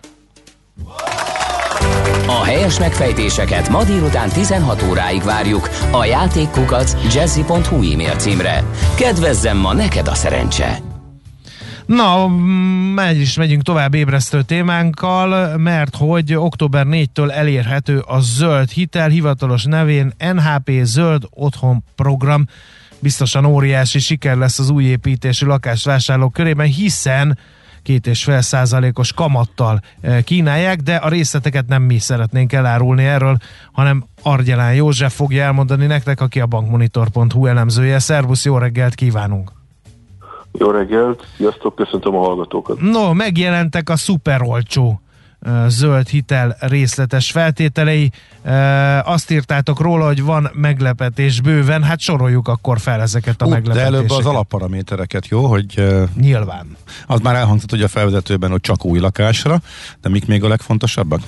A helyes megfejtéseket ma délután 16 óráig várjuk a játékkukac@jazzy.hu e-mail címre. Kedvezzem ma neked a szerencse! Na, megyünk tovább ébresztő témánkkal, mert hogy október 4-től elérhető a zöld hitel, hivatalos nevén NHP Zöld Otthon Program. Biztosan óriási siker lesz az új építésű lakásvásárlók körében, hiszen 2,5%-os kamattal kínálják, de a részleteket nem mi szeretnénk elárulni erről, hanem Argyelán József fogja elmondani nektek, aki a bankmonitor.hu elemzője. Szervusz, jó reggelt kívánunk! Jó reggelt, sziasztok, köszöntöm a hallgatókat! No, megjelentek a szuperolcsó zöld hitel részletes feltételei. Azt írtátok róla, hogy van meglepetés bőven, hát soroljuk akkor fel ezeket a meglepetéseket. De előbb az alapparamétereket, jó? Hogy nyilván. Az már elhangzott, hogy a felvezetőben, hogy csak új lakásra, de mik még a legfontosabbak?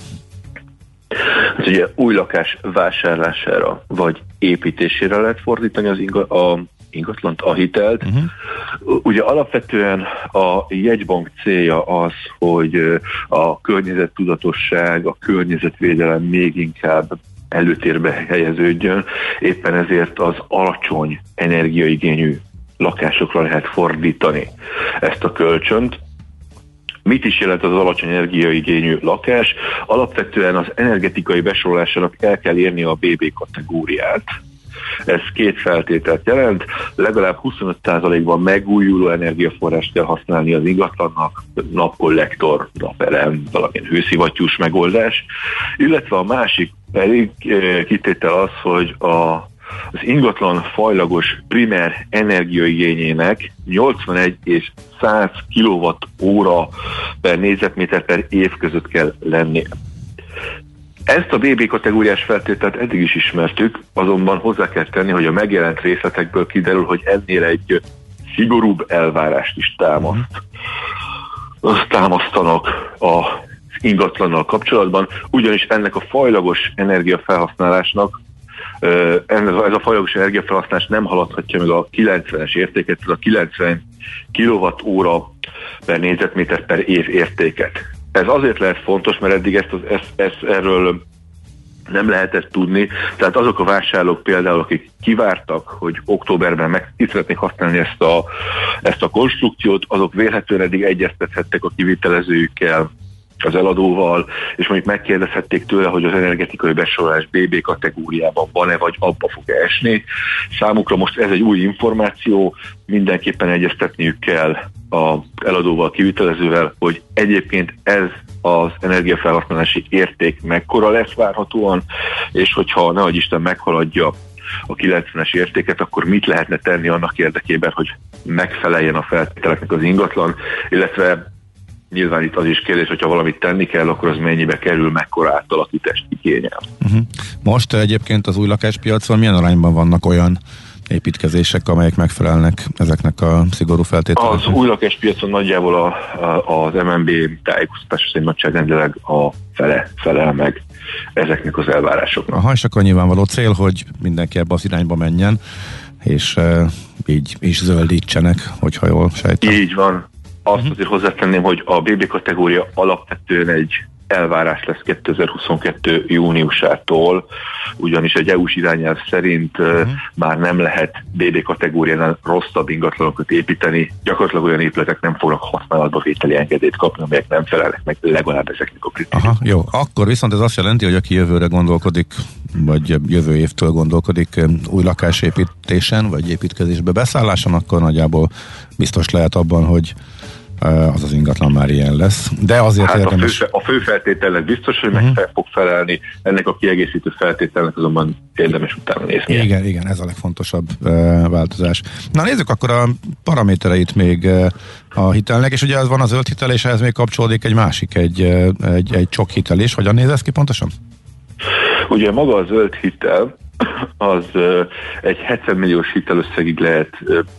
Hát ugye új lakás vásárlására vagy építésére lehet fordítani az ingatlant, a hitelt. Ugye alapvetően a jegybank célja az, hogy a környezettudatosság, a környezetvédelem még inkább előtérbe helyeződjön. Éppen ezért az alacsony energiaigényű lakásokra lehet fordítani ezt a kölcsönt. Mit is jelent az alacsony energiaigényű lakás? Alapvetően az energetikai besorolásának el kell érni a BB kategóriát. Ez két feltételt jelent, legalább 25%-ban megújuló energiaforrást kell használni az ingatlannak, napkollektor, napelem, valamilyen hőszivattyús megoldás, illetve a másik pedig kitétel az, hogy az ingatlan fajlagos primer energiaigényének 81 és 100 kWh per négyzetméter per év között kell lennie. Ezt a BB kategóriás feltételt eddig is ismertük, azonban hozzá kell tenni, hogy a megjelent részletekből kiderül, hogy ennél egy szigorúbb elvárást is támasztanak az ingatlannal kapcsolatban, ugyanis ennek a fajlagos energiafelhasználásnak ez a fajlagos energiafelhasználás nem haladhatja meg a 90-es értéket, a 90 kWh per négyzetméter per év értéket. Ez azért lehet fontos, mert eddig erről nem lehetett tudni. Tehát azok a vásárlók például, akik kivártak, hogy októberben meg szeretnék használni ezt a konstrukciót, azok vélhetően eddig egyeztethettek a kivitelezőjükkel, az eladóval, és mondjuk megkérdezhették tőle, hogy az energetikai besorolás BB kategóriában van-e, vagy abba fog esni. Számukra most ez egy új információ, mindenképpen egyeztetniük kell az eladóval, kivitelezővel, hogy egyébként ez az energiafelhasználási érték mekkora lesz várhatóan, és hogyha nehogy Isten meghaladja a 90-es értéket, akkor mit lehetne tenni annak érdekében, hogy megfeleljen a feltételeknek az ingatlan, illetve nyilván itt az is kérdés, hogyha valamit tenni kell, akkor az mennyibe kerül, mekkora átalakítást igényel. Most egyébként az új lakáspiacon milyen arányban vannak olyan építkezések, amelyek megfelelnek ezeknek a szigorú feltételeknek? Az új lakáspiacon nagyjából az MNB tájékoztatás szerint nagyságrendileg a fele felel meg ezeknek az elvárásoknak. Aha, és akkor nyilvánvaló cél, hogy mindenki ebbe az irányba menjen, és így is zöldítsenek, hogyha jól sejtem. Így van. Azt azért hozzátenném, hogy a BB kategória alapvetően egy elvárás lesz 2022. júniusától, ugyanis egy EU-s irányelv szerint már nem lehet BB kategóriánál rosszabb ingatlanokat építeni, gyakorlatilag olyan épületek nem fognak használatba vételi engedélyt kapni, amelyek nem felelnek meg legalább ezeknek a kritériumoknak. Jó, akkor viszont ez azt jelenti, hogy aki jövőre gondolkodik, vagy jövő évtől gondolkodik új lakásépítésen, vagy építkezésbe beszálláson, akkor nagyjából biztos lehet abban, hogy az ingatlan már ilyen lesz. De azért érdemes... A fő feltételnek biztos, hogy meg fog felelni, ennek a kiegészítő feltételnek azonban érdemes utána nézni. Igen, ez a legfontosabb változás. Na nézzük akkor a paramétereit még a hitelnek, és ugye az van a zöld hitel, és ehhez még kapcsolódik egy másik, egy csok hitel is. Hogyan néz ez ki pontosan? Ugye maga a zöld hitel az egy 70 milliós hitelösszegig lehet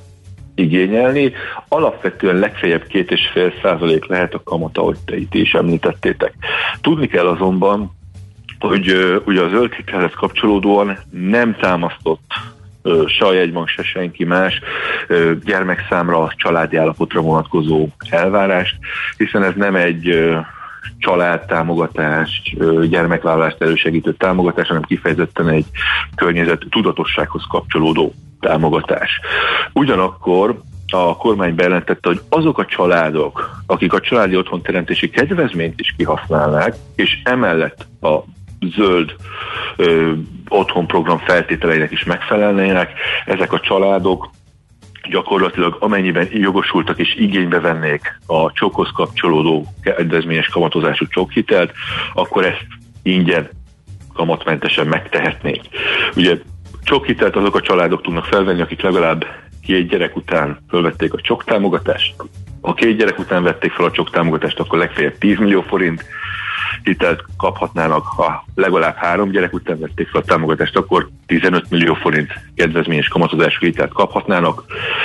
igényelni. Alapvetően legfeljebb 2,5% lehet a kamata, ahogy te itt is említettétek. Tudni kell azonban, hogy ugye a zöld hitelhez kapcsolódóan nem támasztott se a jegybank, se senki más gyermekszámra, családi állapotra vonatkozó elvárást, hiszen ez nem egy családtámogatás, gyermekvállalást elősegítő támogatás, hanem kifejezetten egy környezet tudatossághoz kapcsolódó támogatás. Ugyanakkor a kormány bejelentette, hogy azok a családok, akik a családi otthonteremtési kedvezményt is kihasználnák, és emellett a zöld otthonprogram feltételeinek is megfelelnének, ezek a családok gyakorlatilag amennyiben jogosultak és igénybe vennék a csokhoz kapcsolódó kedvezményes kamatozású csokhitelt, akkor ezt ingyen kamatmentesen megtehetnék. Ugye csokhitelt azok a családok tudnak felvenni, akik legalább 2 gyerek után felvették a csoktámogatást. Ha 2 gyerek után vették fel a csoktámogatást, akkor legfeljebb 10 millió forint hitelt kaphatnának, ha legalább 3 gyerek után vették fel a támogatást, akkor 15 millió forint kedvezményes kamatozású hitelt kaphatnának.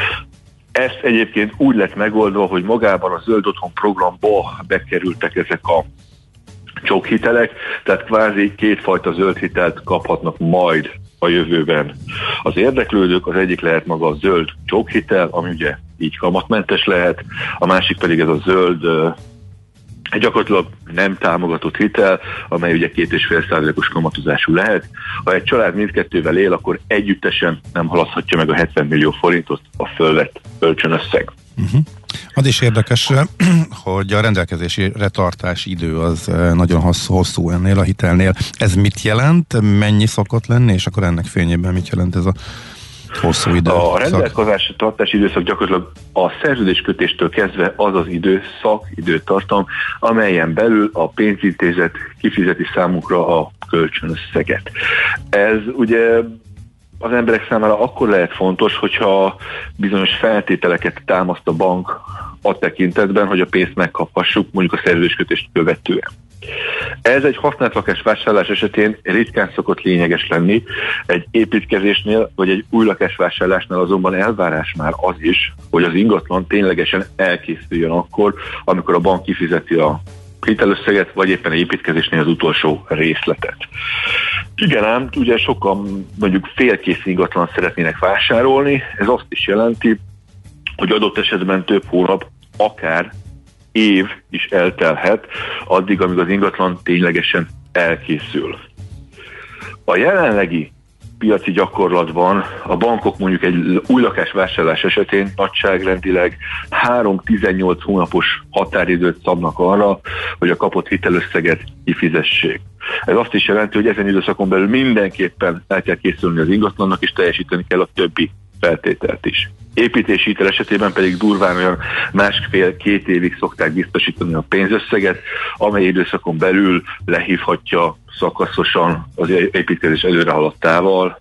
Ezt egyébként úgy lett megoldva, hogy magában a zöld otthon programba bekerültek ezek a csokhitelek, tehát kvázi 2 fajta zöld hitelt kaphatnak majd a jövőben az érdeklődők. Az egyik lehet maga a zöld csokhitel, ami ugye így kamatmentes lehet, a másik pedig ez a zöld gyakorlatilag nem támogatott hitel, amely ugye 2,5%-os kamatozású lehet. Ha egy család mindkettővel él, akkor együttesen nem haladhatja meg a 70 millió forintot a fölvett kölcsönösszeg. Az is érdekes, hogy a rendelkezésre tartási idő az nagyon hosszú ennél a hitelnél. Ez mit jelent? Mennyi szokott lenni? És akkor ennek fényében mit jelent ez a hosszú idő? A rendelkezésre tartási időszak gyakorlatilag a szerződéskötéstől kezdve az az időtartam, amelyen belül a pénzintézet kifizeti számukra a kölcsönösszeget. Ez ugye az emberek számára akkor lehet fontos, hogyha bizonyos feltételeket támaszt a bank a tekintetben, hogy a pénzt megkaphassuk mondjuk a szerződéskötést követően. Ez egy használt lakás vásárlás esetén ritkán szokott lényeges lenni, egy építkezésnél vagy egy új lakásvásárlásnál azonban elvárás már az is, hogy az ingatlan ténylegesen elkészüljön akkor, amikor a bank kifizeti a hitelösszeget, vagy éppen egy építkezésnél az utolsó részletet. Igen ám, ugye sokan mondjuk félkész ingatlan szeretnének vásárolni, ez azt is jelenti, hogy adott esetben több hónap, akár év is eltelhet, addig, amíg az ingatlan ténylegesen elkészül. A jelenlegi piaci gyakorlatban a bankok mondjuk egy új lakásvásárlás esetén nagyságrendileg 3-18 hónapos határidőt szabnak arra, hogy a kapott hitelösszeget kifizessék. Ez azt is jelenti, hogy ezen időszakon belül mindenképpen el kell készülni az ingatlannak, és teljesíteni kell a többi feltételt is. Építési hitel esetében pedig durván olyan 1,5-2 évig szokták biztosítani a pénzösszeget, amely időszakon belül lehívhatja szakaszosan az építkezés előrehaladtával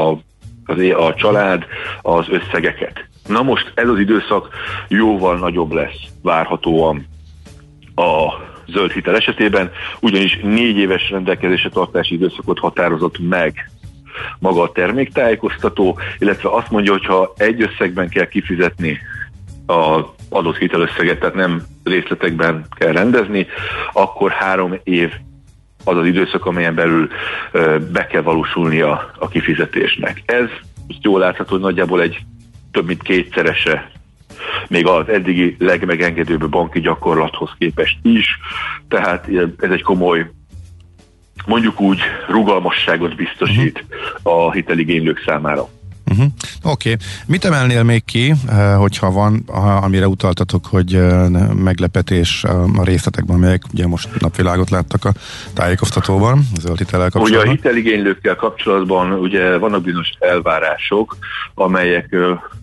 a család az összegeket. Na most ez az időszak jóval nagyobb lesz várhatóan a zöld hitel esetében, ugyanis 4 éves rendelkezésre tartási időszakot határozott meg maga a terméktájékoztató, illetve azt mondja, hogy ha egy összegben kell kifizetni az adott hitelösszeget, tehát nem részletekben kell rendezni, akkor 3 év az az időszak, amelyen belül be kell valósulnia a kifizetésnek. Ez jól látható, hogy nagyjából egy több mint 2-szerese még az eddigi legmegengedőbb banki gyakorlathoz képest is, tehát ez egy komoly, mondjuk úgy, rugalmasságot biztosít a hiteligénylők számára. Oké. Mit emelnél még ki, hogyha van, amire utaltatok, hogy meglepetés a részletekben, amelyek ugye most napvilágot láttak a tájékoztatóban, a zöld hitellel kapcsolatban? Ugye a hiteligénylőkkel kapcsolatban ugye vannak bizonyos elvárások, amelyek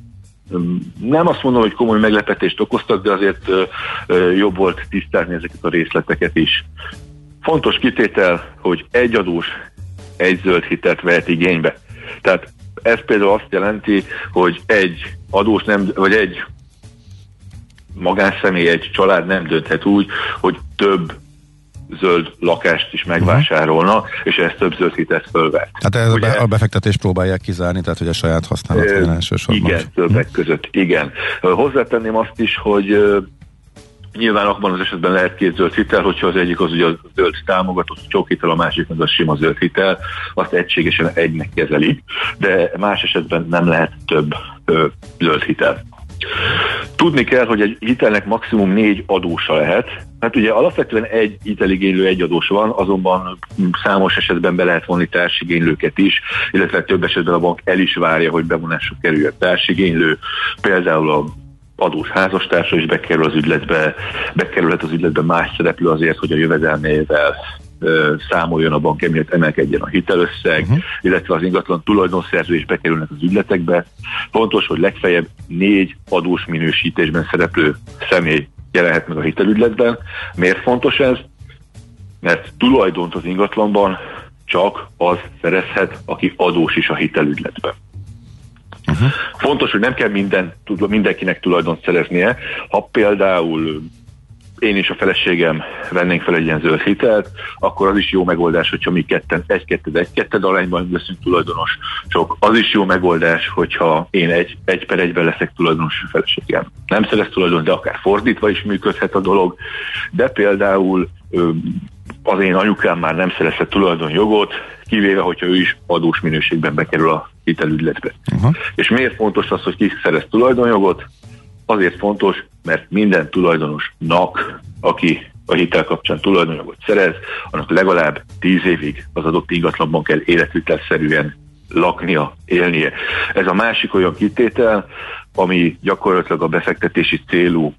nem azt mondom, hogy komoly meglepetést okoztak, de azért jobb volt tisztázni ezeket a részleteket is. Fontos kitétel, hogy egy adós egy zöld hitelt vehet igénybe. Tehát ez például azt jelenti, hogy egy adós nem, vagy egy magánszemély, egy család nem dönthet úgy, hogy több zöld lakást is megvásárolna, és ez több zöld hitelt fölvett. Tehát a befektetést próbálják kizárni, tehát hogy a saját használatra elsősorban. Igen, többek között, igen. Hozzátenném azt is, hogy nyilván abban az esetben lehet két zöld hitel, hogyha az egyik az ugye a zöld támogatott csókhitel, a másik meg a sima zöld hitel, azt egységesen egynek kezelik, de más esetben nem lehet több zöld hitel. Tudni kell, hogy egy hitelnek maximum 4 adósa lehet. Hát ugye alapvetően egy hiteligénylő egy adós van, azonban számos esetben be lehet vonni társigénylőket is, illetve több esetben a bank el is várja, hogy bevonásra kerüljön társigénylő, például a adós házastársa is bekerülhet az ügyletbe más szereplő azért, hogy a jövedelmével számoljon a bank, emiatt emelkedjen a hitelösszeg, illetve az ingatlan tulajdonszerző is bekerülnek az ügyletekbe. Fontos, hogy legfeljebb 4 adós minősítésben szereplő személy jelenhet meg a hitelügyletben. Miért fontos ez? Mert tulajdont az ingatlanban csak az szerezhet, aki adós is a hitelügyletben. Fontos, hogy nem kell mindenkinek tulajdont szereznie. Ha például én és a feleségem vennénk fel egy ilyen zöld hitelt, akkor az is jó megoldás, hogyha mi ketten 1-2 arányban leszünk tulajdonos. Csak az is jó megoldás, hogyha én 1/1-ben leszek tulajdonos, a feleségem nem szerez tulajdon, de akár fordítva is működhet a dolog. De például az én anyukám már nem szerezhet tulajdonjogot, kivéve, hogyha ő is adós minőségben bekerül a hitelügyletbe. És miért fontos az, hogy ki szerez tulajdonjogot? Azért fontos, mert minden tulajdonosnak, aki a hitel kapcsán tulajdonjogot szerez, annak legalább 10 évig az adott ingatlanban kell életvitelszerűen laknia, élnie. Ez a másik olyan kitétel, ami gyakorlatilag a befektetési célú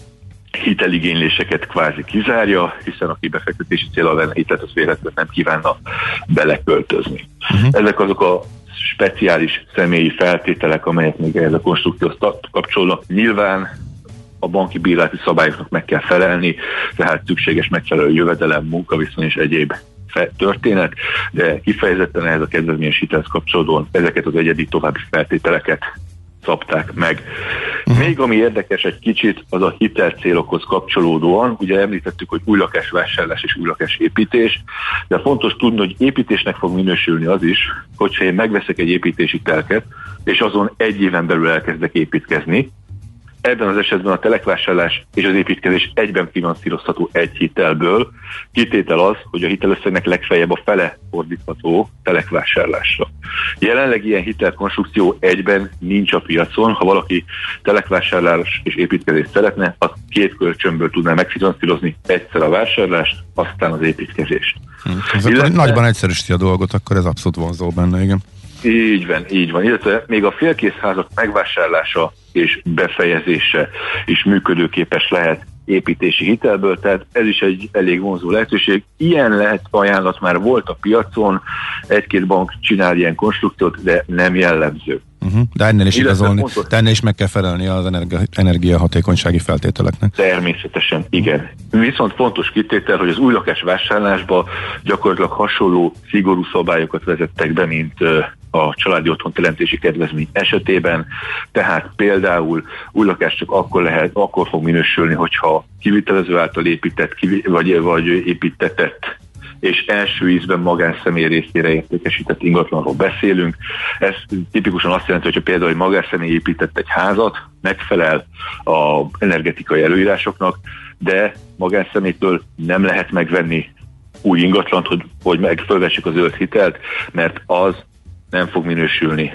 hiteligényléseket kvázi kizárja, hiszen aki befektetési céllal venne hitelt, az véletlenül nem kívánna beleköltözni. Ezek azok a speciális személyi feltételek, amelyek még ehhez a konstrukcióhoz kapcsolnak. Nyilván a banki bírálati szabályoknak meg kell felelni, tehát szükséges megfelelő jövedelem, munkaviszony és egyéb történet, de kifejezetten ehhez a kedvezményes hitelhez kapcsolódóan ezeket az egyedi további feltételeket szabták meg. Még ami érdekes egy kicsit, az a hitelcélokhoz kapcsolódóan, ugye említettük, hogy új lakásvásárlás és új lakásépítés, de fontos tudni, hogy építésnek fog minősülni az is, hogyha én megveszek egy építési telket, és azon 1 éven belül elkezdek építkezni. Ebben az esetben a telekvásárlás és az építkezés egyben finanszírozható egy hitelből. Kitétel az, hogy a hitelösszegnek legfeljebb a fele fordítható telekvásárlásra. Jelenleg ilyen hitelkonstrukció egyben nincs a piacon. Ha valaki telekvásárlás és építkezést szeretne, az 2 kölcsönből tudná megfinanszírozni egyszer a vásárlást, aztán az építkezést. Nagyban egyszerűsíti a dolgot, akkor ez abszolút vonzó benne, igen. Így van. Illetve még a félkészházak megvásárlása és befejezése is működőképes lehet építési hitelből, tehát ez is egy elég vonzó lehetőség. Ilyen ajánlat már volt a piacon, 1-2 bank csinál ilyen konstrukciót, de nem jellemző. De ennél is igazolni, de ennél is meg kell felelni az energiahatékonysági feltételeknek. Természetesen, igen. Viszont fontos kitétel, hogy az új lakás vásárlásba gyakorlatilag hasonló szigorú szabályokat vezettek be, mint a családi otthonteremtési kedvezmény esetében, tehát például új lakás csak akkor fog minősülni, hogyha kivitelező által épített, vagy építetett és első ízben magánszemély részére értékesített ingatlanról beszélünk. Ez tipikusan azt jelenti, hogyha például egy magánszemély épített egy házat, megfelel az energetikai előírásoknak, de magánszemélytől nem lehet megvenni új ingatlant, hogy fölvessük a zöld hitelt, mert az nem fog minősülni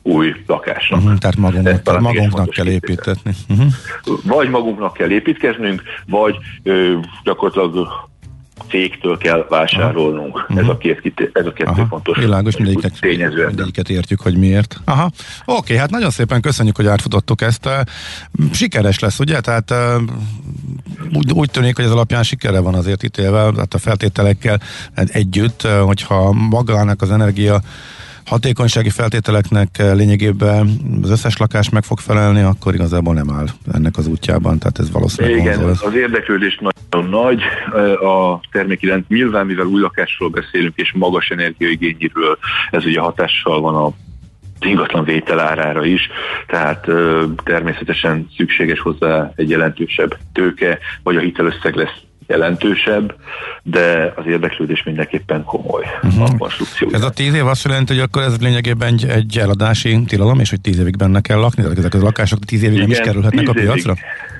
új lakásnak. Tehát magunknak kell építetni. Vagy magunknak kell építkeznünk, vagy gyakorlatilag cégtől kell vásárolnunk. Ez a kettő fontos világos, tényező. Mindegyiket értjük, hogy miért. Oké, hát nagyon szépen köszönjük, hogy átfutottuk ezt. Sikeres lesz, ugye? Tehát úgy tűnik, hogy ez alapján sikerre van azért ítélve, hát a feltételekkel együtt, hogyha magának az energia hatékonysági feltételeknek lényegében az összes lakás meg fog felelni, akkor igazából nem áll ennek az útjában, tehát ez valószínűleg igen, az érdeklődés nagyon nagy a termék iránt. Nyilván, mivel új lakásról beszélünk, és magas energiaigényéről, ez ugye hatással van az ingatlan vételárára is, tehát természetesen szükséges hozzá egy jelentősebb tőke, vagy a hitelösszeg lesz jelentősebb, de az érdeklődés mindenképpen komoly a konstrukciója. Ez a 10 év azt jelenti, hogy akkor ez lényegében egy eladási tilalom, és hogy 10 évig benne kell lakni, tehát ezek a lakások 10 évig nem is kerülhetnek a piacra?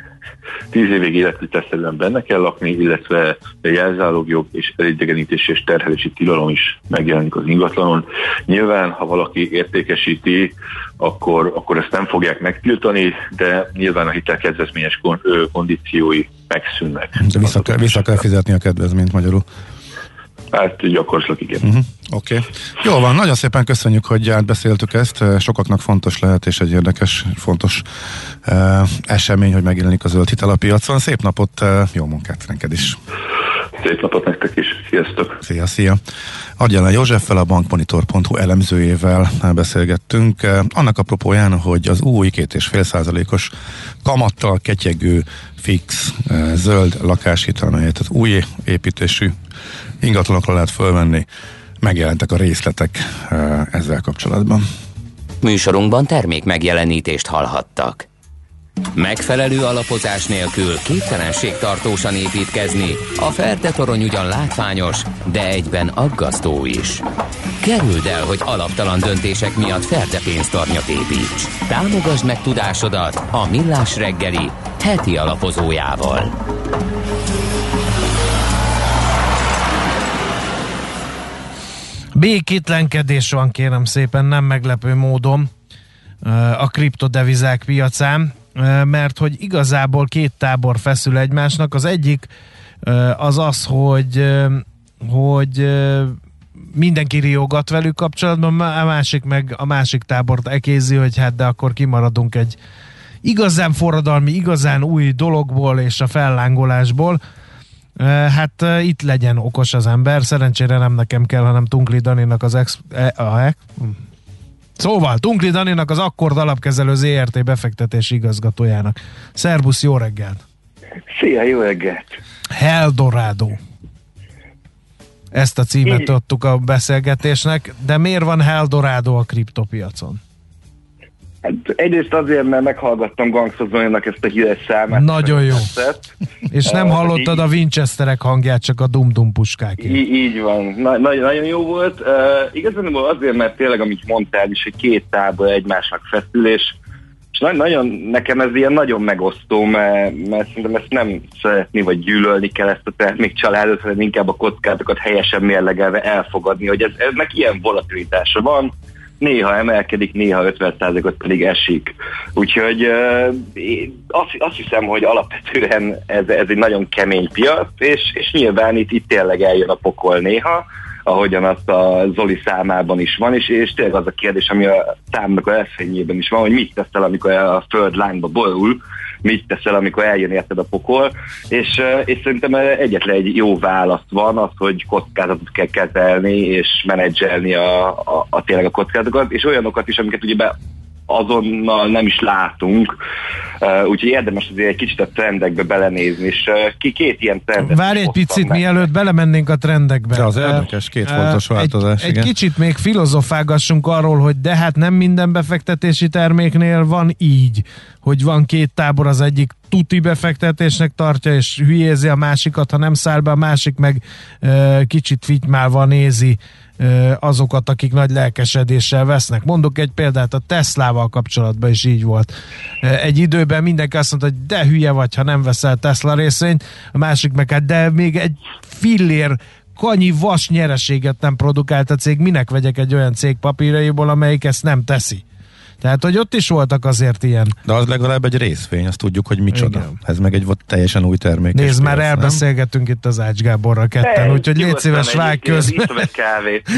10 évig életvitelszerűen benne kell lakni, illetve jelzálogjog és elidegenítési és terhelési tilalom is megjelenik az ingatlanon. Nyilván, ha valaki értékesíti, akkor ezt nem fogják megtiltani, de nyilván a hitel kedvezményes kondíciói megszűnnek. De vissza kell fizetni a kedvezményt magyarul. Hát gyakorlatilag igen. Oké. Jó van, nagyon szépen köszönjük, hogy átbeszéltük ezt. Sokaknak fontos lehet, és egy érdekes, fontos esemény, hogy megjelenik a zöld hitel a piacon. Szép napot, jó munkát neked is. Szép napot nektek is. Sziasztok. Szia. Argyelán Józseffel, a bankmonitor.hu elemzőjével beszélgettünk. Annak apropóján, hogy az új 2,5%-os kamattal ketyegő fix zöld lakáshitel, amelyet az új építésű ingatlanokra lehet fölvenni, megjelentek a részletek ezzel kapcsolatban. Műsorunkban termék megjelenítést hallhattak. Megfelelő alapozás nélkül képtelenség tartósan építkezni. A Ferde torony ugyan látványos, de egyben aggasztó is. Kerüld el, hogy alaptalan döntések miatt Ferde pénztarnyat építs. Támogasd meg tudásodat a Millás reggeli heti alapozójával. Békétlenkedés van, kérem szépen, nem meglepő módon a kriptodevizák piacán, mert hogy igazából két tábor feszül egymásnak. Az egyik az, hogy mindenki riogat velük kapcsolatban, a másik tábort ekézi, hogy hát de akkor kimaradunk egy igazán forradalmi, igazán új dologból és a fellángolásból. Hát itt legyen okos az ember, szerencsére nem nekem kell, hanem Tunkli Daninak Szóval Tunkli Daninak az Akkord alapkezelő ZRT befektetési igazgatójának. Szerbusz, jó reggelt! Szia, jó reggelt! Eldorado. Ezt a címet adtuk a beszélgetésnek, de miért van Eldorado a kriptopiacon? Hát egyrészt azért, mert meghallgattam Gangster Zolinak ezt a híres számát. Nagyon jó. És nem hallottad a Winchesterek hangját, csak a dum-dum puskák. Így van. Nagyon jó volt. Igazából azért, mert tényleg, amit mondtál is, hogy két tábor egymásnak feszül, és nagyon, nekem ez ilyen nagyon megosztó, mert szerintem ezt nem szeretni, vagy gyűlölni kell ezt a termékcsaládot, hanem inkább a kockázatokat helyesen mérlegelve elfogadni, hogy eznek ilyen volatilitása van. Néha emelkedik, néha 50%-ot pedig esik. Úgyhogy azt hiszem, hogy alapvetően ez egy nagyon kemény piac, és nyilván itt tényleg eljön a pokol néha, ahogyan azt a Zoli számában is van, és tényleg az a kérdés, ami a számnak a refrényében is van, hogy mit teszel, amikor a föld lángba borul, mit teszel, amikor eljön érted a pokol, és szerintem egyetlen egy jó válasz van, az, hogy kockázatot kell kezelni, és menedzselni a tényleg a kockázatokat, és olyanokat is, amiket ugye azonnal nem is látunk, úgyhogy érdemes azért egy kicsit a trendekbe belenézni, és két ilyen trendet. Várj egy picit, mielőtt belemennénk a trendekbe. De az érdekes, két fontos változás. Egy kicsit még filozofálgassunk arról, hogy de hát nem minden befektetési terméknél van így, hogy van két tábor, az egyik tuti befektetésnek tartja, és hülyézi a másikat, ha nem száll be, a másik meg kicsit fitymálva nézi azokat, akik nagy lelkesedéssel vesznek. Mondok egy példát, a Teslával kapcsolatban is így volt. Egy időben mindenki azt mondta, hogy de hülye vagy, ha nem veszel Tesla részvényt, a másik meg hát de még egy fillér kanyi vas nyereséget nem produkált a cég, minek vegyek egy olyan cég papírjaiból, amelyik ezt nem teszi. Tehát, hogy ott is voltak azért ilyen. De az legalább egy részvény, azt tudjuk, hogy micsoda. Igen. Ez meg egy teljesen új termék. Nézd, már elbeszélgetünk itt az Ács Gáborral ketten, úgyhogy légy szíves, vágj közben. Iszom egy kávét.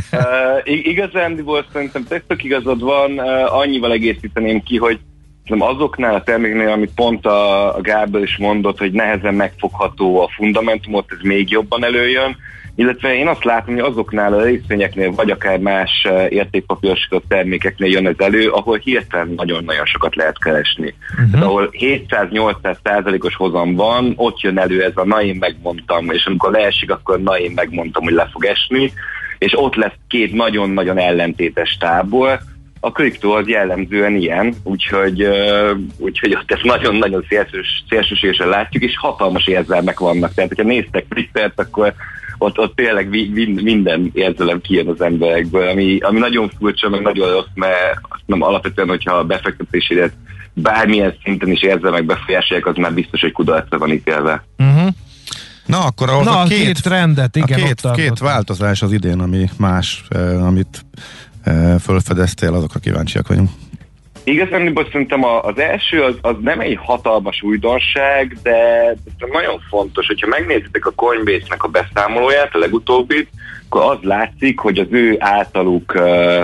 Igazándiból szerintem tök igazad van, annyival egészíteném ki, hogy azoknál a terméknél, amit pont a Gábor is mondott, hogy nehezen megfogható a fundamentumot, ez még jobban előjön, illetve én azt látom, hogy azoknál a részvényeknél, vagy akár más értékpapírosított termékeknél jön ez elő, ahol hirtelen nagyon-nagyon sokat lehet keresni. Tehát, ahol 700-800%-os hozam van, ott jön elő ez a na én megmondtam, és amikor leesik, akkor na én megmondtam, hogy le fog esni, és ott lesz két nagyon-nagyon ellentétes tábor. A kriptó az jellemzően ilyen, úgyhogy ott ezt nagyon-nagyon szélsőségesen látjuk, és hatalmas érzelmek vannak. Tehát, hogyha néztek Twittert, akkor ott tényleg minden érzelem kijön az emberekből, ami nagyon furcsa, meg nagyon rossz, mert nem alapvetően, hogyha a befektetésédet bármilyen szinten is érzelmek befolyásolják, az már biztos, hogy kudarcra van ítélve. Na, akkor ahhoz a két trendet, igen, két változás az idén, ami más, amit fölfedeztél, azokra kíváncsiak vagyunk. Igazán szerintem az első az nem egy hatalmas újdonság, de nagyon fontos, hogyha megnézitek a Coinbase-nek a beszámolóját, a legutóbbit, akkor az látszik, hogy az ő általuk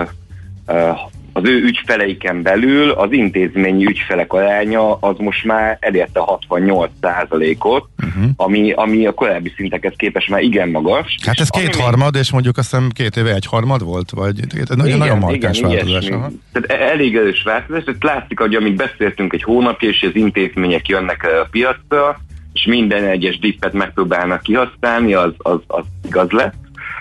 az ő ügyfeleiken belül az intézményi ügyfelek aránya az most már elérte 68%-ot, ami a korábbi szintekhez képest már igen magas. Hát ez kétharmad, és mondjuk azt hiszem 2 éve egyharmad volt? Vagy nagyon markáns változás. Tehát elég erős változás, tehát látszik, hogy amíg beszéltünk egy hónapja, és az intézmények jönnek a piacra, és minden egyes dippet megpróbálnak kihasználni, az igaz lett.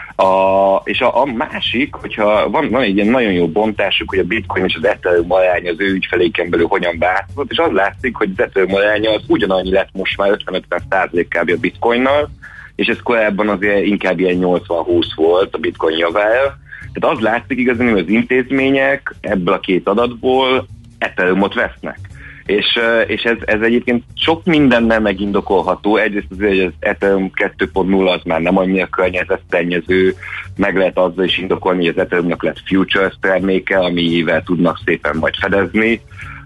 És a másik, hogyha van egy ilyen nagyon jó bontásuk, hogy a Bitcoin és az Ethereum aránya az ő ügyfeléken belül hogyan változott, és az látszik, hogy az Ethereum aránya az ugyanannyi lett most már 50-50% kb. A Bitcoinnal, és ez korábban azért inkább ilyen 80-20 volt a Bitcoin javára. Tehát az látszik igazán, hogy az intézmények ebből a két adatból Ethereumot vesznek. És ez egyébként sok mindennel megindokolható. Egyrészt azért, hogy az Ethereum 2.0 az már nem annyira környezetszennyező, meg lehet azzal is indokolni, hogy az Ethereumnak lett futures terméke, amivel tudnak szépen majd fedezni,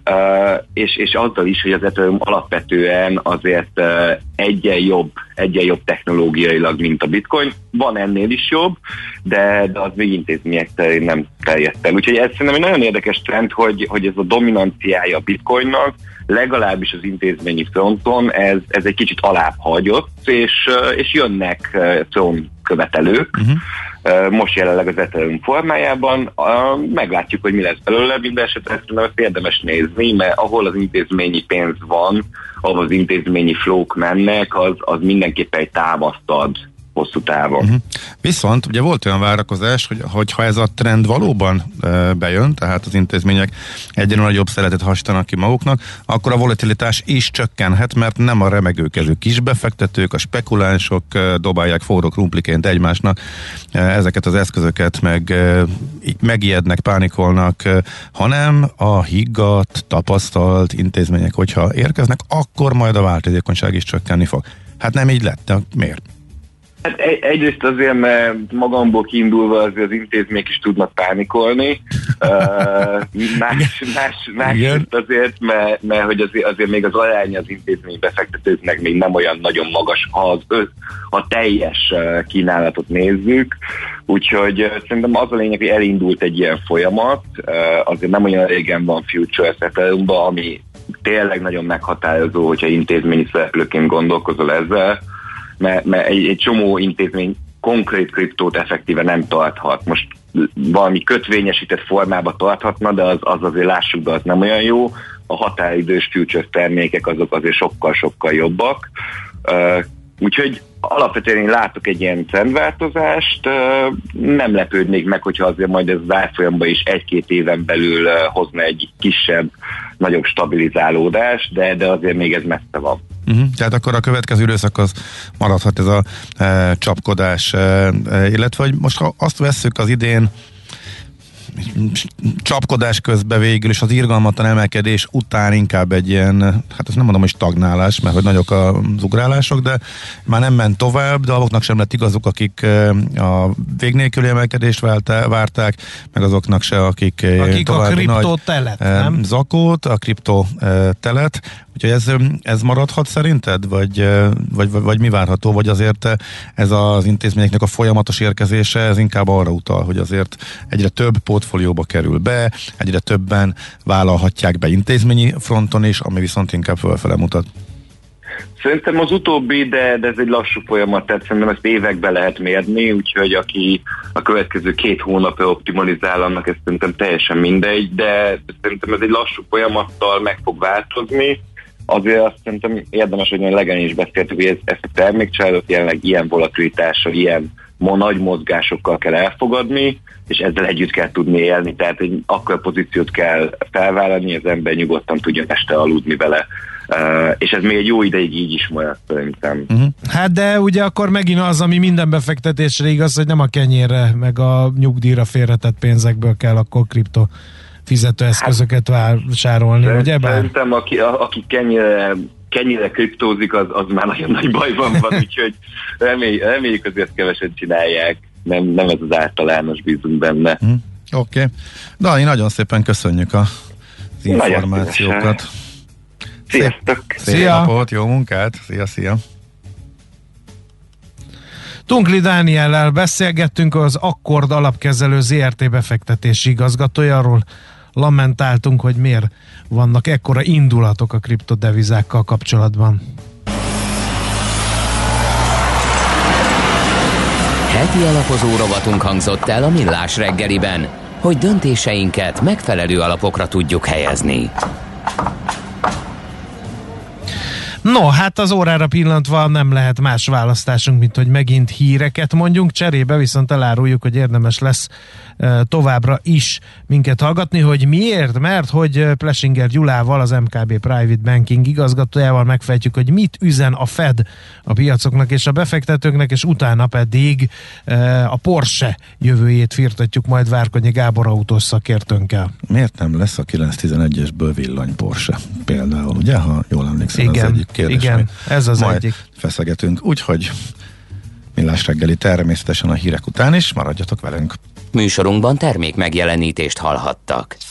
és azzal is, hogy az Ethereum alapvetően azért egyen jobb technológiailag, mint a Bitcoin. Van ennél is jobb, de az még intézmények terén nem terjedt el. Úgyhogy ez szerintem egy nagyon érdekes trend, hogy ez a dominanciája a Bitcoinnak, legalábbis az intézményi fronton ez egy kicsit alább hagyott, és jönnek trónkövetelők, most jelenleg az Ethereum formájában. Meglátjuk, hogy mi lesz belőle, minden esetre ezt érdemes nézni, mert ahol az intézményi pénz van, ahol az intézményi flók mennek, az mindenképpen egy támaszt ad hosszú távon. Viszont ugye volt olyan várakozás, hogy ha ez a trend valóban bejön, tehát az intézmények egyre nagyobb szeretet hasítanak ki maguknak, akkor a volatilitás is csökkenhet, mert nem a remegőkező kisbefektetők, a spekulánsok dobálják forró krumpliként egymásnak ezeket az eszközöket, megijednek, pánikolnak, hanem a higgadt, tapasztalt intézmények, hogyha érkeznek, akkor majd a változékonyság is csökkenni fog. Hát nem így lett, de miért? Hát egyrészt azért, mert magamból kiindulva az intézmények is tudnak pánikolni, másrészt azért, mert hogy azért még az aránya az intézmény befektetőknek még nem olyan nagyon magas, ha a teljes kínálatot nézzük, úgyhogy szerintem az a lényeg, hogy elindult egy ilyen folyamat, azért nem olyan régen van Futures Ethereumban, ami tényleg nagyon meghatározó, hogyha intézményi szereplőként gondolkozol ezzel, mert egy csomó intézmény konkrét kriptót effektíve nem tarthat. Most valami kötvényesített formába tarthatna, de az azért lássuk be, az nem olyan jó. A határidős futures termékek azok azért sokkal-sokkal jobbak. Úgyhogy alapvetően én látok egy ilyen trendváltozást, nem lepődnék meg, hogyha azért majd ez az árfolyamban is 1-2 éven belül hozna egy kisebb, nagyobb stabilizálódás, de azért még ez messze van. Tehát akkor a következő időszak az maradhat ez a csapkodás, illetve hogy most ha azt vesszük az idén, csapkodás közben végül, és az irgalmatlan emelkedés után inkább egy ilyen, hát ezt nem mondom, hogy stagnálás, mert hogy nagyok az ugrálások, de már nem ment tovább, de azoknak sem lett igazuk, akik a vég nélküli emelkedést várták, meg azoknak se, akik a kriptó telet, nem? Zakót, a kriptó telet. Úgyhogy ez maradhat szerinted? Vagy mi várható? Vagy azért ez az intézményeknek a folyamatos érkezése, ez inkább arra utal, hogy azért egyre több portfólióba kerül be, egyre többen vállalhatják be intézményi fronton is, ami viszont inkább fölfele mutat. Szerintem az utóbbi, de ez egy lassú folyamat, tehát szerintem ezt években lehet mérni, úgyhogy aki a következő 2 hónapja optimalizál, annak ez szerintem teljesen mindegy, de szerintem ez egy lassú folyamattal meg fog változni. Azért azt szerintem érdemes, hogy a legelején is beszéltük, hogy ezt a termékcsaládot jelenleg ilyen volatilitással, ilyen nagy mozgásokkal kell elfogadni, és ezzel együtt kell tudni élni, tehát egy akkora pozíciót kell felvállalni, az ember nyugodtan tudja este aludni vele. És ez még egy jó ideig így is maradt szerintem. Hát de ugye akkor megint az, ami minden befektetésre igaz, hogy nem a kenyérre, meg a nyugdíjra félretett pénzekből kell akkor kripto fizetőeszközöket vásárolni, ugye bár? Szerintem aki kenyére kriptózik, az már nagyon nagy bajban van, úgyhogy reméljük azért keveset csinálják, nem ez az általános, bízunk benne. Oké. Dani, nagyon szépen köszönjük az információkat. Sziasztok! Szép napot, jó munkát! Szia! Tunkli Dániellel beszélgettünk, az Akkord Alapkezelő ZRT befektetési igazgatója, arról lamentáltunk, hogy miért vannak ekkora indulatok a kriptodevizákkal kapcsolatban. Heti alapozó rovatunk hangzott el a Millás reggeliben, hogy döntéseinket megfelelő alapokra tudjuk helyezni. No, hát az órára pillantva nem lehet más választásunk, mint hogy megint híreket mondjunk, cserébe viszont eláruljuk, hogy érdemes lesz továbbra is minket hallgatni, hogy miért? Mert hogy Plesinger Gyulával, az MKB Private Banking igazgatójával megfejtjük, hogy mit üzen a Fed a piacoknak és a befektetőknek, és utána pedig a Porsche jövőjét firtatjuk majd Várkonyi Gábor autós szakértőnkkel. Miért nem lesz a 911-esből villany Porsche például, ugye? Ha jól emlékszem, igen, az egyik kérdés. Igen, ez az majd egyik. Feszegetünk, úgyhogy Millás reggeli természetesen a hírek után is, maradjatok velünk. Műsorunkban termék megjelenítést hallhattak.